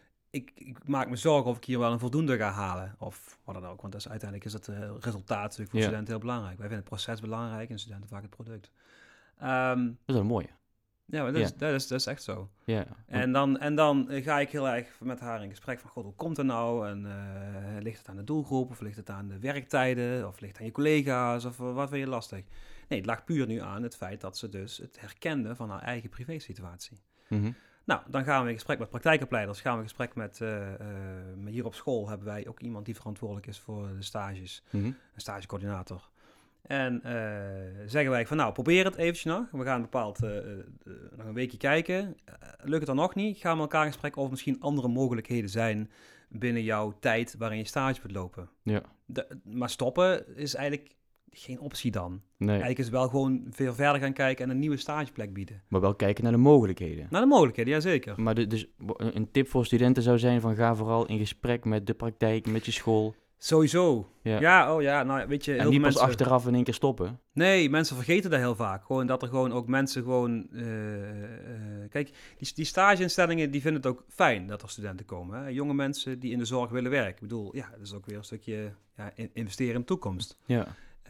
[SPEAKER 2] ik maak me zorgen of ik hier wel een voldoende ga halen. Of wat dan ook, want uiteindelijk is het resultaat natuurlijk voor studenten heel belangrijk. Wij vinden het proces belangrijk en studenten vaak het product.
[SPEAKER 1] Dat is wel mooi.
[SPEAKER 2] Ja, maar dat is echt zo.
[SPEAKER 1] Ja.
[SPEAKER 2] En dan ga ik heel erg met haar in gesprek van, god, hoe komt het nou? En ligt het aan de doelgroep? Of ligt het aan de werktijden? Of ligt het aan je collega's? Of wat vind je lastig? Nee, het lag puur nu aan het feit dat ze dus het herkende van haar eigen privésituatie.
[SPEAKER 1] Mhm.
[SPEAKER 2] Nou, dan gaan we in gesprek met praktijkopleiders. Gaan we in gesprek met hier op school hebben wij ook iemand die verantwoordelijk is voor de stages.
[SPEAKER 1] Mhm.
[SPEAKER 2] Een stagecoördinator. En zeggen wij van, nou, probeer het eventjes nog. We gaan bepaald nog een weekje kijken. Lukt het dan nog niet? Gaan we elkaar in gesprek of misschien andere mogelijkheden zijn binnen jouw tijd waarin je stage moet lopen.
[SPEAKER 1] Ja.
[SPEAKER 2] Maar stoppen is eigenlijk geen optie dan.
[SPEAKER 1] Nee,
[SPEAKER 2] Eigenlijk is het wel gewoon veel verder gaan kijken en een nieuwe stageplek bieden.
[SPEAKER 1] maar wel kijken naar de mogelijkheden.
[SPEAKER 2] Naar de mogelijkheden, jazeker.
[SPEAKER 1] Maar dus een tip voor studenten zou zijn van ga vooral in gesprek met de praktijk, met je school.
[SPEAKER 2] Sowieso.
[SPEAKER 1] Ja.
[SPEAKER 2] Nou weet je,
[SPEAKER 1] En
[SPEAKER 2] heel
[SPEAKER 1] niet
[SPEAKER 2] veel
[SPEAKER 1] pas
[SPEAKER 2] mensen...
[SPEAKER 1] achteraf in één keer stoppen.
[SPEAKER 2] Nee, mensen vergeten dat heel vaak. Gewoon dat er gewoon ook mensen gewoon... kijk, die stageinstellingen die vinden het ook fijn dat er studenten komen. Hè? Jonge mensen die in de zorg willen werken. Ik bedoel, ja, dat is ook weer een stukje investeren in de toekomst.
[SPEAKER 1] Ja.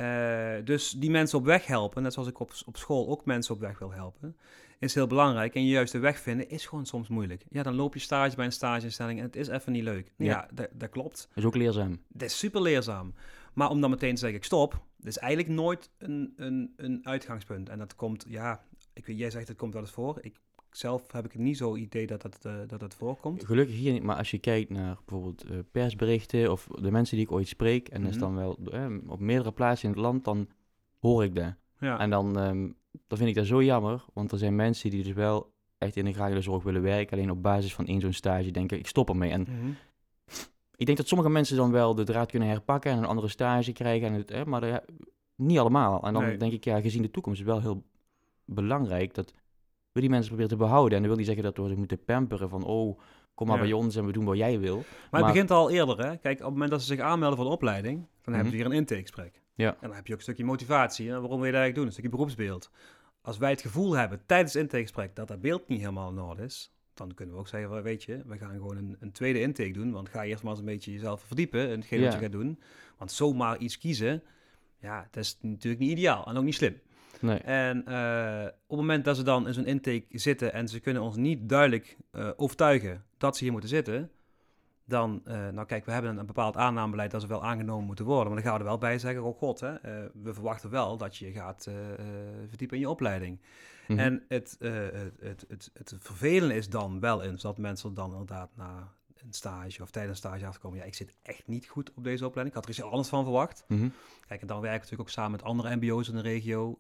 [SPEAKER 2] Dus die mensen op weg helpen, net zoals ik op school ook mensen op weg wil helpen, is heel belangrijk. En je juiste weg vinden is gewoon soms moeilijk. Ja, dan loop je stage bij een stageinstelling en het is even niet leuk. Ja, dat klopt.
[SPEAKER 1] Dat is ook leerzaam.
[SPEAKER 2] Dat is super leerzaam. Maar om dan meteen te zeggen, ik stop, Dat is eigenlijk nooit een uitgangspunt. En dat komt, jij zegt het komt wel eens voor. Zelf heb ik niet zo'n idee dat het voorkomt.
[SPEAKER 1] Gelukkig hier niet, maar als je kijkt naar bijvoorbeeld persberichten of de mensen die ik ooit spreek, en dat is dan wel op meerdere plaatsen in het land, dan hoor ik dat.
[SPEAKER 2] Ja.
[SPEAKER 1] En dan vind ik dat zo jammer, want er zijn mensen die dus wel echt in de graag in de zorg willen werken, alleen op basis van één zo'n stage denken, ik stop ermee. En ik denk dat sommige mensen dan wel de draad kunnen herpakken en een andere stage krijgen, maar niet allemaal. En dan denk ik, gezien de toekomst is het wel heel belangrijk dat we die mensen proberen te behouden. En dat wil niet zeggen dat we ze moeten pamperen van, kom maar bij ons en we doen wat jij wil.
[SPEAKER 2] Maar het begint al eerder, hè? Kijk, op het moment dat ze zich aanmelden voor de opleiding, dan hebben ze hier een intakegesprek.
[SPEAKER 1] Ja.
[SPEAKER 2] En dan heb je ook een stukje motivatie. Hè? Waarom wil je dat eigenlijk doen? Een stukje beroepsbeeld. Als wij het gevoel hebben tijdens het intakegesprek dat beeld niet helemaal in orde is, dan kunnen we ook zeggen, weet je, we gaan gewoon een tweede intake doen. Want ga eerst maar eens een beetje jezelf verdiepen in hetgeen wat je gaat doen. Want zomaar iets kiezen, dat is natuurlijk niet ideaal en ook niet slim.
[SPEAKER 1] Nee.
[SPEAKER 2] En op het moment dat ze dan in zo'n intake zitten en ze kunnen ons niet duidelijk overtuigen dat ze hier moeten zitten, dan, kijk, we hebben een bepaald aannamebeleid dat ze wel aangenomen moeten worden, maar dan gaan we er wel bij zeggen, we verwachten wel dat je gaat verdiepen in je opleiding. En het vervelende is dan wel eens dat mensen dan inderdaad na een stage of tijdens een stage achterkomen, ik zit echt niet goed op deze opleiding. Ik had er iets anders van verwacht. Kijk, en dan werken we natuurlijk ook samen met andere mbo's in de regio.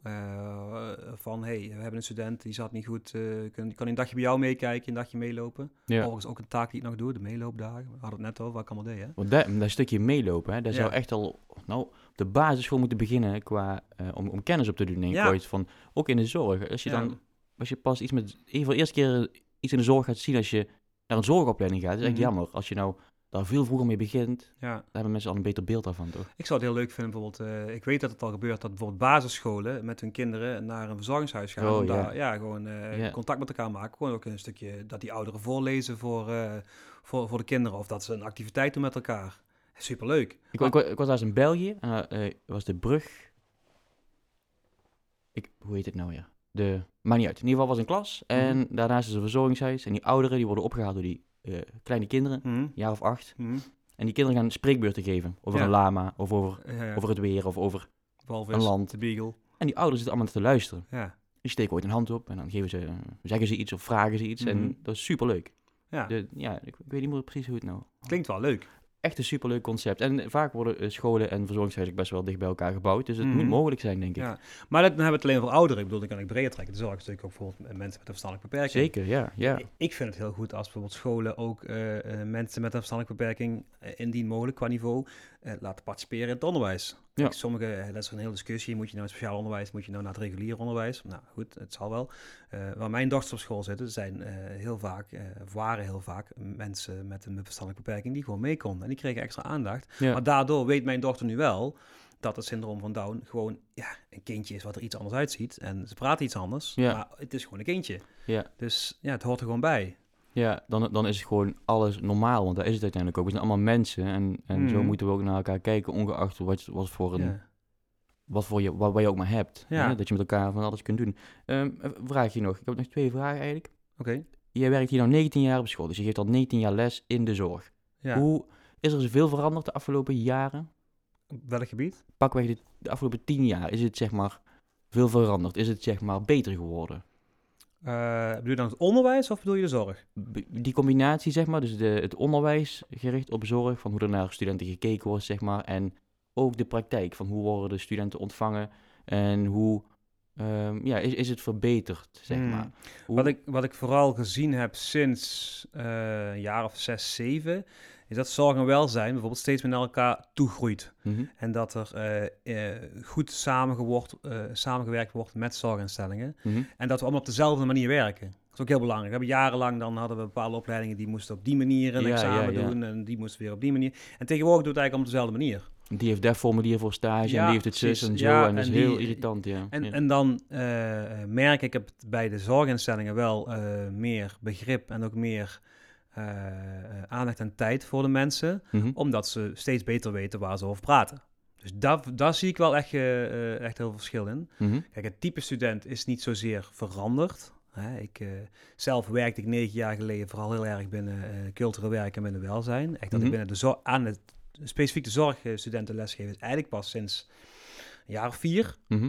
[SPEAKER 2] We hebben een student, die zat niet goed. Kan een dagje bij jou meekijken, een dagje meelopen. Ja. Overigens ook een taak die ik nog doe, de meeloopdagen. We hadden het net over, wat ik allemaal deed. Hè?
[SPEAKER 1] Want dat stukje meelopen, hè, dat zou echt al op de basisschool moeten beginnen qua om kennis op te doen. Denk ik ooit van, ook in de zorg. Als je pas voor de eerste keer iets in de zorg gaat zien als je naar een zorgopleiding gaat, is echt jammer. Als je nou daar veel vroeger mee begint, dan hebben mensen al een beter beeld daarvan, toch?
[SPEAKER 2] Ik zou het heel leuk vinden, bijvoorbeeld, ik weet dat het al gebeurt, dat bijvoorbeeld basisscholen met hun kinderen naar een verzorgingshuis gaan. Daar contact met elkaar maken. Gewoon ook een stukje dat die ouderen voorlezen voor de kinderen. Of dat ze een activiteit doen met elkaar. Superleuk.
[SPEAKER 1] Ik was daar eens in België en was de brug... hoe heet het nou weer? Maakt niet uit. In ieder geval was een klas en daarnaast is een verzorgingshuis. En die ouderen die worden opgehaald door die kleine kinderen, een jaar of 8. En die kinderen gaan spreekbeurten geven over een lama of over het weer of over
[SPEAKER 2] Walvis,
[SPEAKER 1] een land.
[SPEAKER 2] de beagle.
[SPEAKER 1] En die ouderen zitten allemaal te luisteren.
[SPEAKER 2] Ja.
[SPEAKER 1] Die steken ooit een hand op en dan zeggen ze iets of vragen ze iets. En dat is superleuk.
[SPEAKER 2] Ja.
[SPEAKER 1] Ik weet niet meer precies hoe het nou...
[SPEAKER 2] Klinkt wel leuk.
[SPEAKER 1] Echt een superleuk concept. En vaak worden scholen en verzorgingshuizen best wel dicht bij elkaar gebouwd. Dus het moet mogelijk zijn, denk ik.
[SPEAKER 2] Ja. Maar dan hebben we het alleen voor ouderen. Ik bedoel, dan kan ik breder trekken. De zorg is natuurlijk ook voor mensen met een verstandelijke beperking.
[SPEAKER 1] Zeker, ja.
[SPEAKER 2] Ik vind het heel goed als bijvoorbeeld scholen ook mensen met een verstandelijke beperking, indien mogelijk qua niveau, laten participeren in het onderwijs. Kijk, sommige, dat is een hele discussie. Moet je nou in speciaal onderwijs, moet je nou naar het reguliere onderwijs? Nou goed, het zal wel. Waar mijn dochters op school zitten, waren heel vaak mensen met een verstandelijke beperking die gewoon mee konden. En die kregen extra aandacht. Ja. Maar daardoor weet mijn dochter nu wel dat het syndroom van Down gewoon een kindje is wat er iets anders uitziet. En ze praten iets anders, maar het is gewoon een kindje. Ja. Dus het hoort er gewoon bij.
[SPEAKER 1] Ja, dan is het gewoon alles normaal, want daar is het uiteindelijk ook. We zijn allemaal mensen en zo moeten we ook naar elkaar kijken, ongeacht wat je ook maar hebt.
[SPEAKER 2] Ja.
[SPEAKER 1] Hè? Dat je met elkaar van alles kunt doen. Vraag je nog, ik heb nog 2 vragen eigenlijk.
[SPEAKER 2] Oké.
[SPEAKER 1] Jij werkt hier nou 19 jaar op school, dus je geeft al 19 jaar les in de zorg.
[SPEAKER 2] Ja.
[SPEAKER 1] Hoe is er zoveel veranderd de afgelopen jaren?
[SPEAKER 2] Op welk gebied?
[SPEAKER 1] Pakweg de afgelopen 10 jaar, is het zeg maar veel veranderd? Is het zeg maar beter geworden?
[SPEAKER 2] Bedoel je dan het onderwijs of bedoel je de zorg?
[SPEAKER 1] Die combinatie, zeg maar, dus het onderwijs gericht op zorg, van hoe er naar studenten gekeken wordt, zeg maar, en ook de praktijk, van hoe worden de studenten ontvangen en hoe is het verbeterd, zeg maar.
[SPEAKER 2] Wat ik vooral gezien heb sinds een jaar of 6, 7... is dat zorg en welzijn bijvoorbeeld steeds meer naar elkaar toegroeit. En dat er goed samengewerkt wordt met zorginstellingen. En dat we allemaal op dezelfde manier werken. Dat is ook heel belangrijk. We hebben jarenlang, dan hadden we bepaalde opleidingen die moesten op die manier een examen doen. En die moesten weer op die manier. En tegenwoordig doet het eigenlijk op dezelfde manier.
[SPEAKER 1] Die heeft dat formulier voor stage en die heeft het zus en zo. En dat is heel irritant,
[SPEAKER 2] En dan merk ik bij de zorginstellingen wel meer begrip en ook meer aandacht en tijd voor de mensen, omdat ze steeds beter weten waar ze over praten. Dus daar zie ik wel echt heel veel verschil in. Kijk, het type student is niet zozeer veranderd. Zelf werkte ik 9 jaar geleden vooral heel erg binnen cultureel werk en binnen welzijn. Echt dat ik binnen specifiek de zorgstudenten lesgeven is eigenlijk pas sinds jaar of 4.
[SPEAKER 1] Mhm.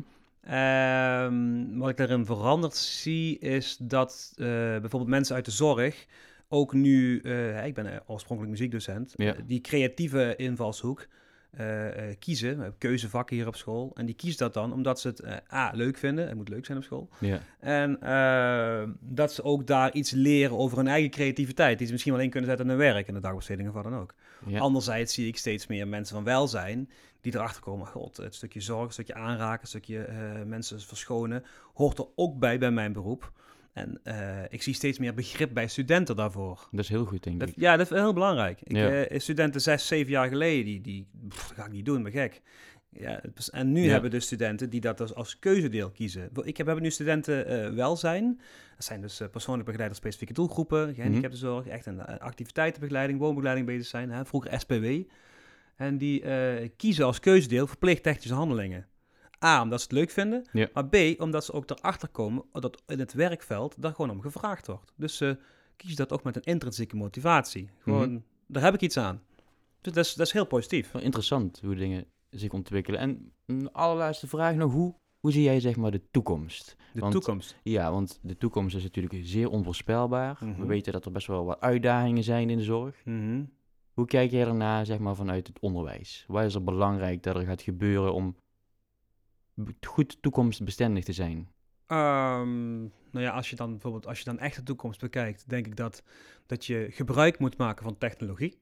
[SPEAKER 2] Wat ik daarin veranderd zie, is dat bijvoorbeeld mensen uit de zorg ook nu, ik ben oorspronkelijk muziekdocent,
[SPEAKER 1] Ja.
[SPEAKER 2] die creatieve invalshoek kiezen. We hebben keuzevakken hier op school. En die kiezen dat dan omdat ze het leuk vinden. Het moet leuk zijn op school.
[SPEAKER 1] Ja.
[SPEAKER 2] En dat ze ook daar iets leren over hun eigen creativiteit. Die ze misschien wel in kunnen zetten in hun werk. In de dagbesteding of wat dan ook.
[SPEAKER 1] Ja.
[SPEAKER 2] Anderzijds zie ik steeds meer mensen van welzijn die erachter komen. God, het stukje zorg, het stukje aanraken, het stukje mensen verschonen hoort er ook bij mijn beroep. En ik zie steeds meer begrip bij studenten daarvoor.
[SPEAKER 1] Dat is heel goed, denk ik.
[SPEAKER 2] Ja, dat is heel belangrijk.
[SPEAKER 1] Ja.
[SPEAKER 2] Studenten 6, 7 jaar geleden, dat ga ik niet doen, ben gek. Ja, en nu hebben de studenten die dat als keuzedeel kiezen. We hebben nu studenten welzijn. Dat zijn dus persoonlijk begeleiders specifieke doelgroepen, gehandicaptenzorg, echt een activiteitenbegeleiding, woonbegeleiding bezig zijn. Hè, vroeger SPW. En die kiezen als keuzedeel verpleegtechnische handelingen. A, omdat ze het leuk vinden.
[SPEAKER 1] Ja.
[SPEAKER 2] Maar B, omdat ze ook erachter komen dat in het werkveld daar gewoon om gevraagd wordt. Dus ze kiezen dat ook met een intrinsieke motivatie. Gewoon, daar heb ik iets aan. Dus dat is heel positief.
[SPEAKER 1] Wel interessant hoe dingen zich ontwikkelen. En een allerlaatste vraag nog, hoe zie jij zeg maar de toekomst?
[SPEAKER 2] De toekomst?
[SPEAKER 1] Ja, want de toekomst is natuurlijk zeer onvoorspelbaar.
[SPEAKER 2] Mhm.
[SPEAKER 1] We weten dat er best wel wat uitdagingen zijn in de zorg.
[SPEAKER 2] Mhm.
[SPEAKER 1] Hoe kijk jij ernaar zeg maar vanuit het onderwijs? Waar is er belangrijk dat er gaat gebeuren om goed toekomstbestendig te zijn?
[SPEAKER 2] Nou ja, als je dan echt de toekomst bekijkt, denk ik dat je gebruik moet maken van technologie.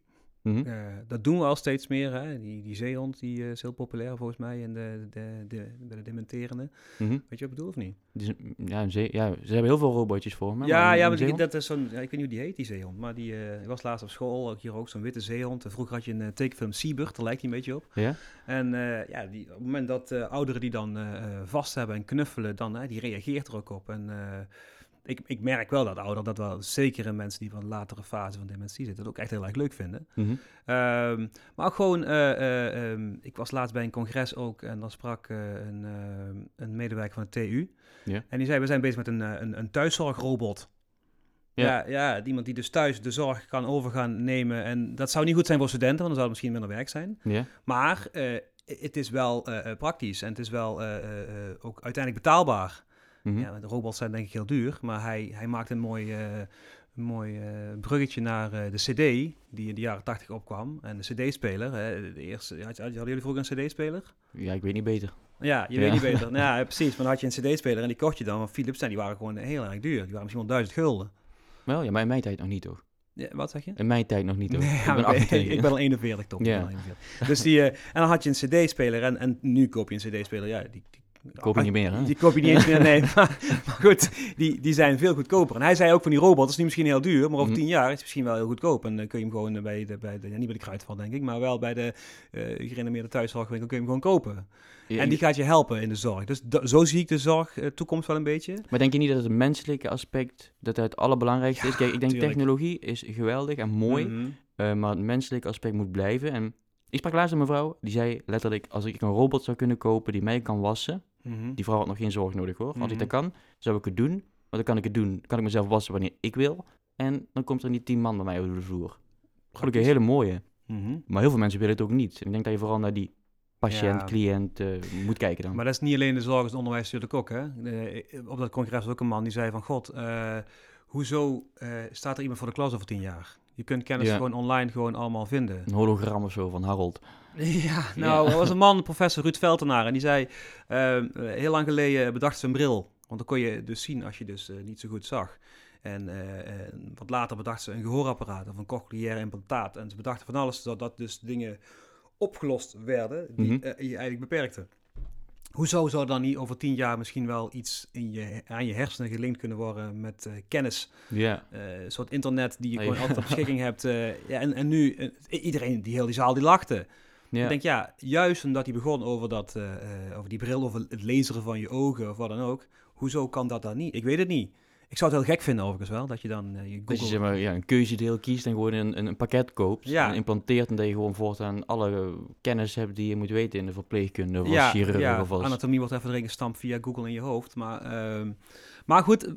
[SPEAKER 2] Dat doen we al steeds meer. Hè? Die zeehond die is heel populair volgens mij en bij de dementerende. Weet je wat ik bedoel of niet?
[SPEAKER 1] Ze hebben heel veel robotjes voor me.
[SPEAKER 2] Maar dat is zo'n, ik weet niet hoe die heet, die zeehond. Maar die was laatst op school, ook hier ook zo'n witte zeehond. En vroeger had je een tekenfilm Seabird, daar lijkt hij een beetje op.
[SPEAKER 1] Ja?
[SPEAKER 2] En op het moment dat ouderen die dan vast hebben en knuffelen, dan die reageert er ook op. En ik merk wel dat ouderen, dat wel zeker in mensen die van de latere fase van dementie zitten, dat ook echt heel erg leuk vinden. Maar ook gewoon, ik was laatst bij een congres ook en dan sprak een medewerker van de TU.
[SPEAKER 1] Ja.
[SPEAKER 2] En die zei, we zijn bezig met een thuiszorgrobot. Ja, iemand die dus thuis de zorg kan overgaan nemen. En dat zou niet goed zijn voor studenten, want dan zou het misschien minder werk zijn.
[SPEAKER 1] Ja.
[SPEAKER 2] Maar het is wel praktisch en het is wel ook uiteindelijk betaalbaar. Ja, de robots zijn denk ik heel duur, maar hij maakt een mooi bruggetje naar de CD die in de jaren 80 opkwam. En de CD-speler, de eerste, hadden jullie vroeger een CD-speler?
[SPEAKER 1] Ja, ik weet niet beter.
[SPEAKER 2] Ja, je weet niet beter. Nou, ja, precies, maar dan had je een CD-speler en die kocht je dan van Philips en die waren gewoon heel erg duur. Die waren misschien wel 1000 gulden.
[SPEAKER 1] Wel, ja, maar in mijn tijd nog niet, toch?
[SPEAKER 2] Ja, wat zeg je?
[SPEAKER 1] In mijn tijd nog niet, toch?
[SPEAKER 2] Nee,
[SPEAKER 1] ik ben 28.
[SPEAKER 2] ik ben al 41, top.
[SPEAKER 1] Ja.
[SPEAKER 2] Dus en dan had je een CD-speler en nu koop je een CD-speler, ja, die
[SPEAKER 1] koop je niet meer, hè?
[SPEAKER 2] Die koop je niet eens meer, nee. Maar goed, die zijn veel goedkoper. En hij zei ook van die robot, is nu misschien heel duur, maar over 10 jaar is het misschien wel heel goedkoop. En dan kun je hem gewoon niet bij de Kruidvat, denk ik, maar wel bij de gerenommeerde thuiszorgwinkel kun je hem gewoon kopen. Ja, en die gaat je helpen in de zorg. Dus zo zie ik de zorg toekomst wel een beetje.
[SPEAKER 1] Maar denk je niet dat het menselijke aspect dat het allerbelangrijkste is? Kijk, ik denk technologie is geweldig en mooi, maar het menselijke aspect moet blijven. En ik sprak laatst een mevrouw, die zei letterlijk, als ik een robot zou kunnen kopen die mij kan wassen, die vrouw had nog geen zorg nodig hoor. Als ik dat kan, zou ik het doen. Want dan kan ik het doen, kan ik mezelf wassen wanneer ik wil. En dan komt er niet 10 man bij mij over de vloer. Gelukkig een hele mooie. Maar heel veel mensen willen het ook niet. En ik denk dat je vooral naar die patiënt, cliënt moet kijken dan.
[SPEAKER 2] Maar dat is niet alleen de zorg, het onderwijs natuurlijk ook. Hè? Op dat congres was ook een man die zei van, god, hoezo staat er iemand voor de klas over 10 jaar? Je kunt kennis gewoon online gewoon allemaal vinden.
[SPEAKER 1] Een hologram of zo van Harold.
[SPEAKER 2] Ja, nou, er was een man, professor Ruud Veltenaar, en die zei, heel lang geleden bedacht ze een bril. Want dan kon je dus zien als je dus niet zo goed zag. En wat later bedacht ze een gehoorapparaat of een cochleair implantaat. En ze bedachten van alles, zodat dus dingen opgelost werden die je eigenlijk beperkten. Hoezo zou dan niet over 10 jaar misschien wel iets aan je hersenen gelinkt kunnen worden met kennis?
[SPEAKER 1] Ja.
[SPEAKER 2] Een soort internet die je gewoon altijd op beschikking hebt. En nu, iedereen, die hele die zaal, die lachte. Ja. Ik denk, juist omdat hij begon over die bril, over het laseren van je ogen of wat dan ook. Hoezo kan dat dan niet? Ik weet het niet. Ik zou het heel gek vinden overigens wel, dat je dan je Google...
[SPEAKER 1] Dat je zeg maar, een keuzedeel kiest en gewoon een pakket koopt en implanteert en dat je gewoon voortaan alle kennis hebt die je moet weten in de verpleegkunde of als chirurg of als...
[SPEAKER 2] Anatomie wordt even erin gestampt via Google in je hoofd, maar goed,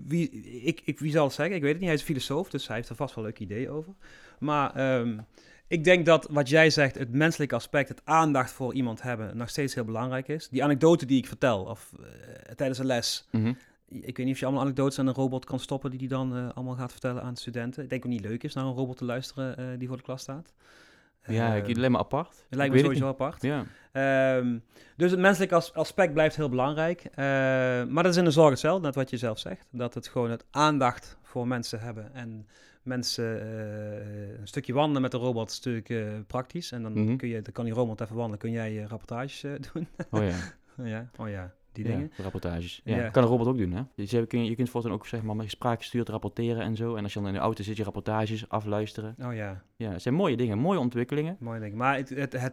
[SPEAKER 2] wie zal het zeggen? Ik weet het niet, hij is filosoof, dus hij heeft er vast wel een leuk idee over. Maar Ik denk dat wat jij zegt, het menselijke aspect, het aandacht voor iemand hebben, nog steeds heel belangrijk is. Die anekdote die ik vertel, of tijdens een les.
[SPEAKER 1] Mhm.
[SPEAKER 2] Ik weet niet of je allemaal anekdotes aan een robot kan stoppen die dan allemaal gaat vertellen aan de studenten. Ik denk ook niet leuk is naar een robot te luisteren die voor de klas staat.
[SPEAKER 1] Ja, ik lijkt me apart.
[SPEAKER 2] Het lijkt
[SPEAKER 1] Ik
[SPEAKER 2] me
[SPEAKER 1] weet
[SPEAKER 2] sowieso
[SPEAKER 1] het
[SPEAKER 2] apart.
[SPEAKER 1] niet. Ja.
[SPEAKER 2] Dus het menselijke aspect blijft heel belangrijk. Maar dat is in de zorg hetzelfde, net wat je zelf zegt. Dat het gewoon het aandacht voor mensen hebben. En mensen een stukje wandelen met de robot is natuurlijk praktisch. En dan,
[SPEAKER 1] Mhm.
[SPEAKER 2] dan kan die robot even wandelen. Kun jij rapportages doen?
[SPEAKER 1] Oh ja.
[SPEAKER 2] Oh ja, die
[SPEAKER 1] Ja,
[SPEAKER 2] dingen.
[SPEAKER 1] rapportages. Ja,
[SPEAKER 2] Ja.
[SPEAKER 1] kan een robot ook doen, hè? Dus je kunt voortaan ook zeg maar met spraakgestuurd rapporteren en zo. En als je dan in de auto zit, je rapportages afluisteren.
[SPEAKER 2] Oh ja,
[SPEAKER 1] Ja, het zijn mooie dingen, mooie ontwikkelingen.
[SPEAKER 2] mooi ding. Maar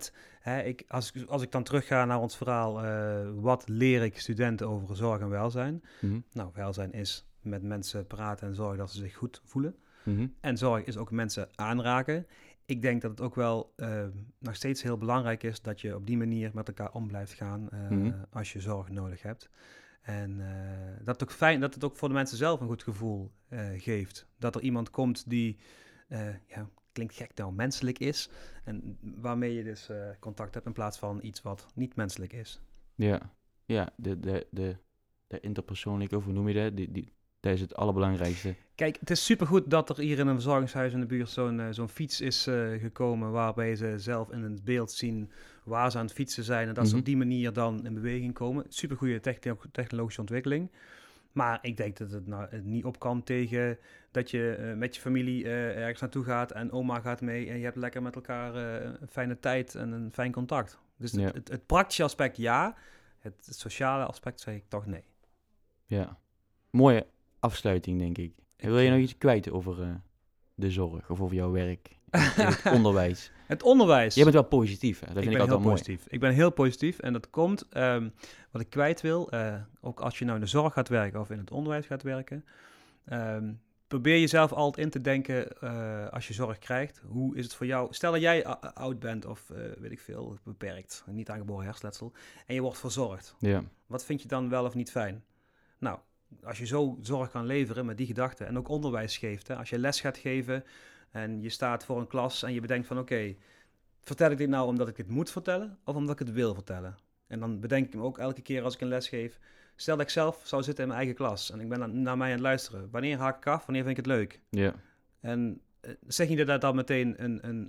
[SPEAKER 2] als ik dan terugga naar ons verhaal, wat leer ik studenten over zorg en welzijn?
[SPEAKER 1] Mhm.
[SPEAKER 2] Nou, welzijn is met mensen praten en zorgen dat ze zich goed voelen.
[SPEAKER 1] Mhm.
[SPEAKER 2] En zorg is ook mensen aanraken. Ik denk dat het ook wel nog steeds heel belangrijk is dat je op die manier met elkaar om blijft gaan als je zorg nodig hebt. En dat het ook voor de mensen zelf een goed gevoel geeft. Dat er iemand komt die, klinkt gek nou, menselijk is. En waarmee je dus contact hebt in plaats van iets wat niet menselijk is.
[SPEAKER 1] Ja, ja, de interpersoonlijke, of hoe noem je dat? Dat is het allerbelangrijkste.
[SPEAKER 2] Kijk, het is supergoed dat er hier in een verzorgingshuis in de buurt zo'n fiets is gekomen, waarbij ze zelf in het beeld zien waar ze aan het fietsen zijn en dat ze op die manier dan in beweging komen. Supergoeie technologische ontwikkeling. Maar ik denk dat het niet op kan tegen dat je met je familie ergens naartoe gaat en oma gaat mee en je hebt lekker met elkaar een fijne tijd en een fijn contact. Dus het praktische aspect ja, het sociale aspect zeg ik toch nee.
[SPEAKER 1] Ja, mooie afsluiting denk ik. Wil je nog iets kwijt over de zorg of over jouw werk in het onderwijs?
[SPEAKER 2] Het onderwijs.
[SPEAKER 1] Jij bent wel positief, hè? Dat vind ik altijd wel
[SPEAKER 2] positief. Ik ben heel positief en dat komt, wat ik kwijt wil, ook als je nou in de zorg gaat werken of in het onderwijs gaat werken, probeer jezelf altijd in te denken als je zorg krijgt. Hoe is het voor jou? Stel dat jij oud bent of weet ik veel, beperkt, niet aangeboren hersenletsel, en je wordt verzorgd.
[SPEAKER 1] Ja.
[SPEAKER 2] Wat vind je dan wel of niet fijn? Nou, als je zo zorg kan leveren met die gedachten en ook onderwijs geeft, hè, als je les gaat geven en je staat voor een klas en je bedenkt van oké, vertel ik dit nou omdat ik het moet vertellen of omdat ik het wil vertellen? En dan bedenk ik me ook elke keer als ik een les geef, stel dat ik zelf zou zitten in mijn eigen klas en ik ben naar mij aan het luisteren. Wanneer haak ik af? Wanneer vind ik het leuk?
[SPEAKER 1] Ja.
[SPEAKER 2] En zeg niet dat dat meteen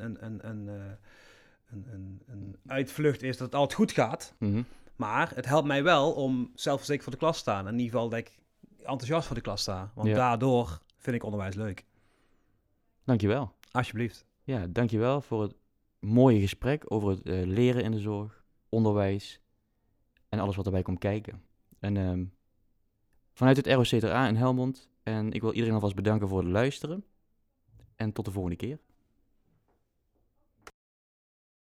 [SPEAKER 2] een uitvlucht is dat het altijd goed gaat.
[SPEAKER 1] Mhm.
[SPEAKER 2] Maar het helpt mij wel om zelfverzekerd voor de klas te staan. In ieder geval dat ik enthousiast voor de klas sta. Want daardoor vind ik onderwijs leuk.
[SPEAKER 1] Dankjewel.
[SPEAKER 2] Alsjeblieft.
[SPEAKER 1] Ja, dankjewel voor het mooie gesprek over het leren in de zorg, onderwijs en alles wat erbij komt kijken. En vanuit het ROC ter A in Helmond. En ik wil iedereen alvast bedanken voor het luisteren. En tot de volgende keer.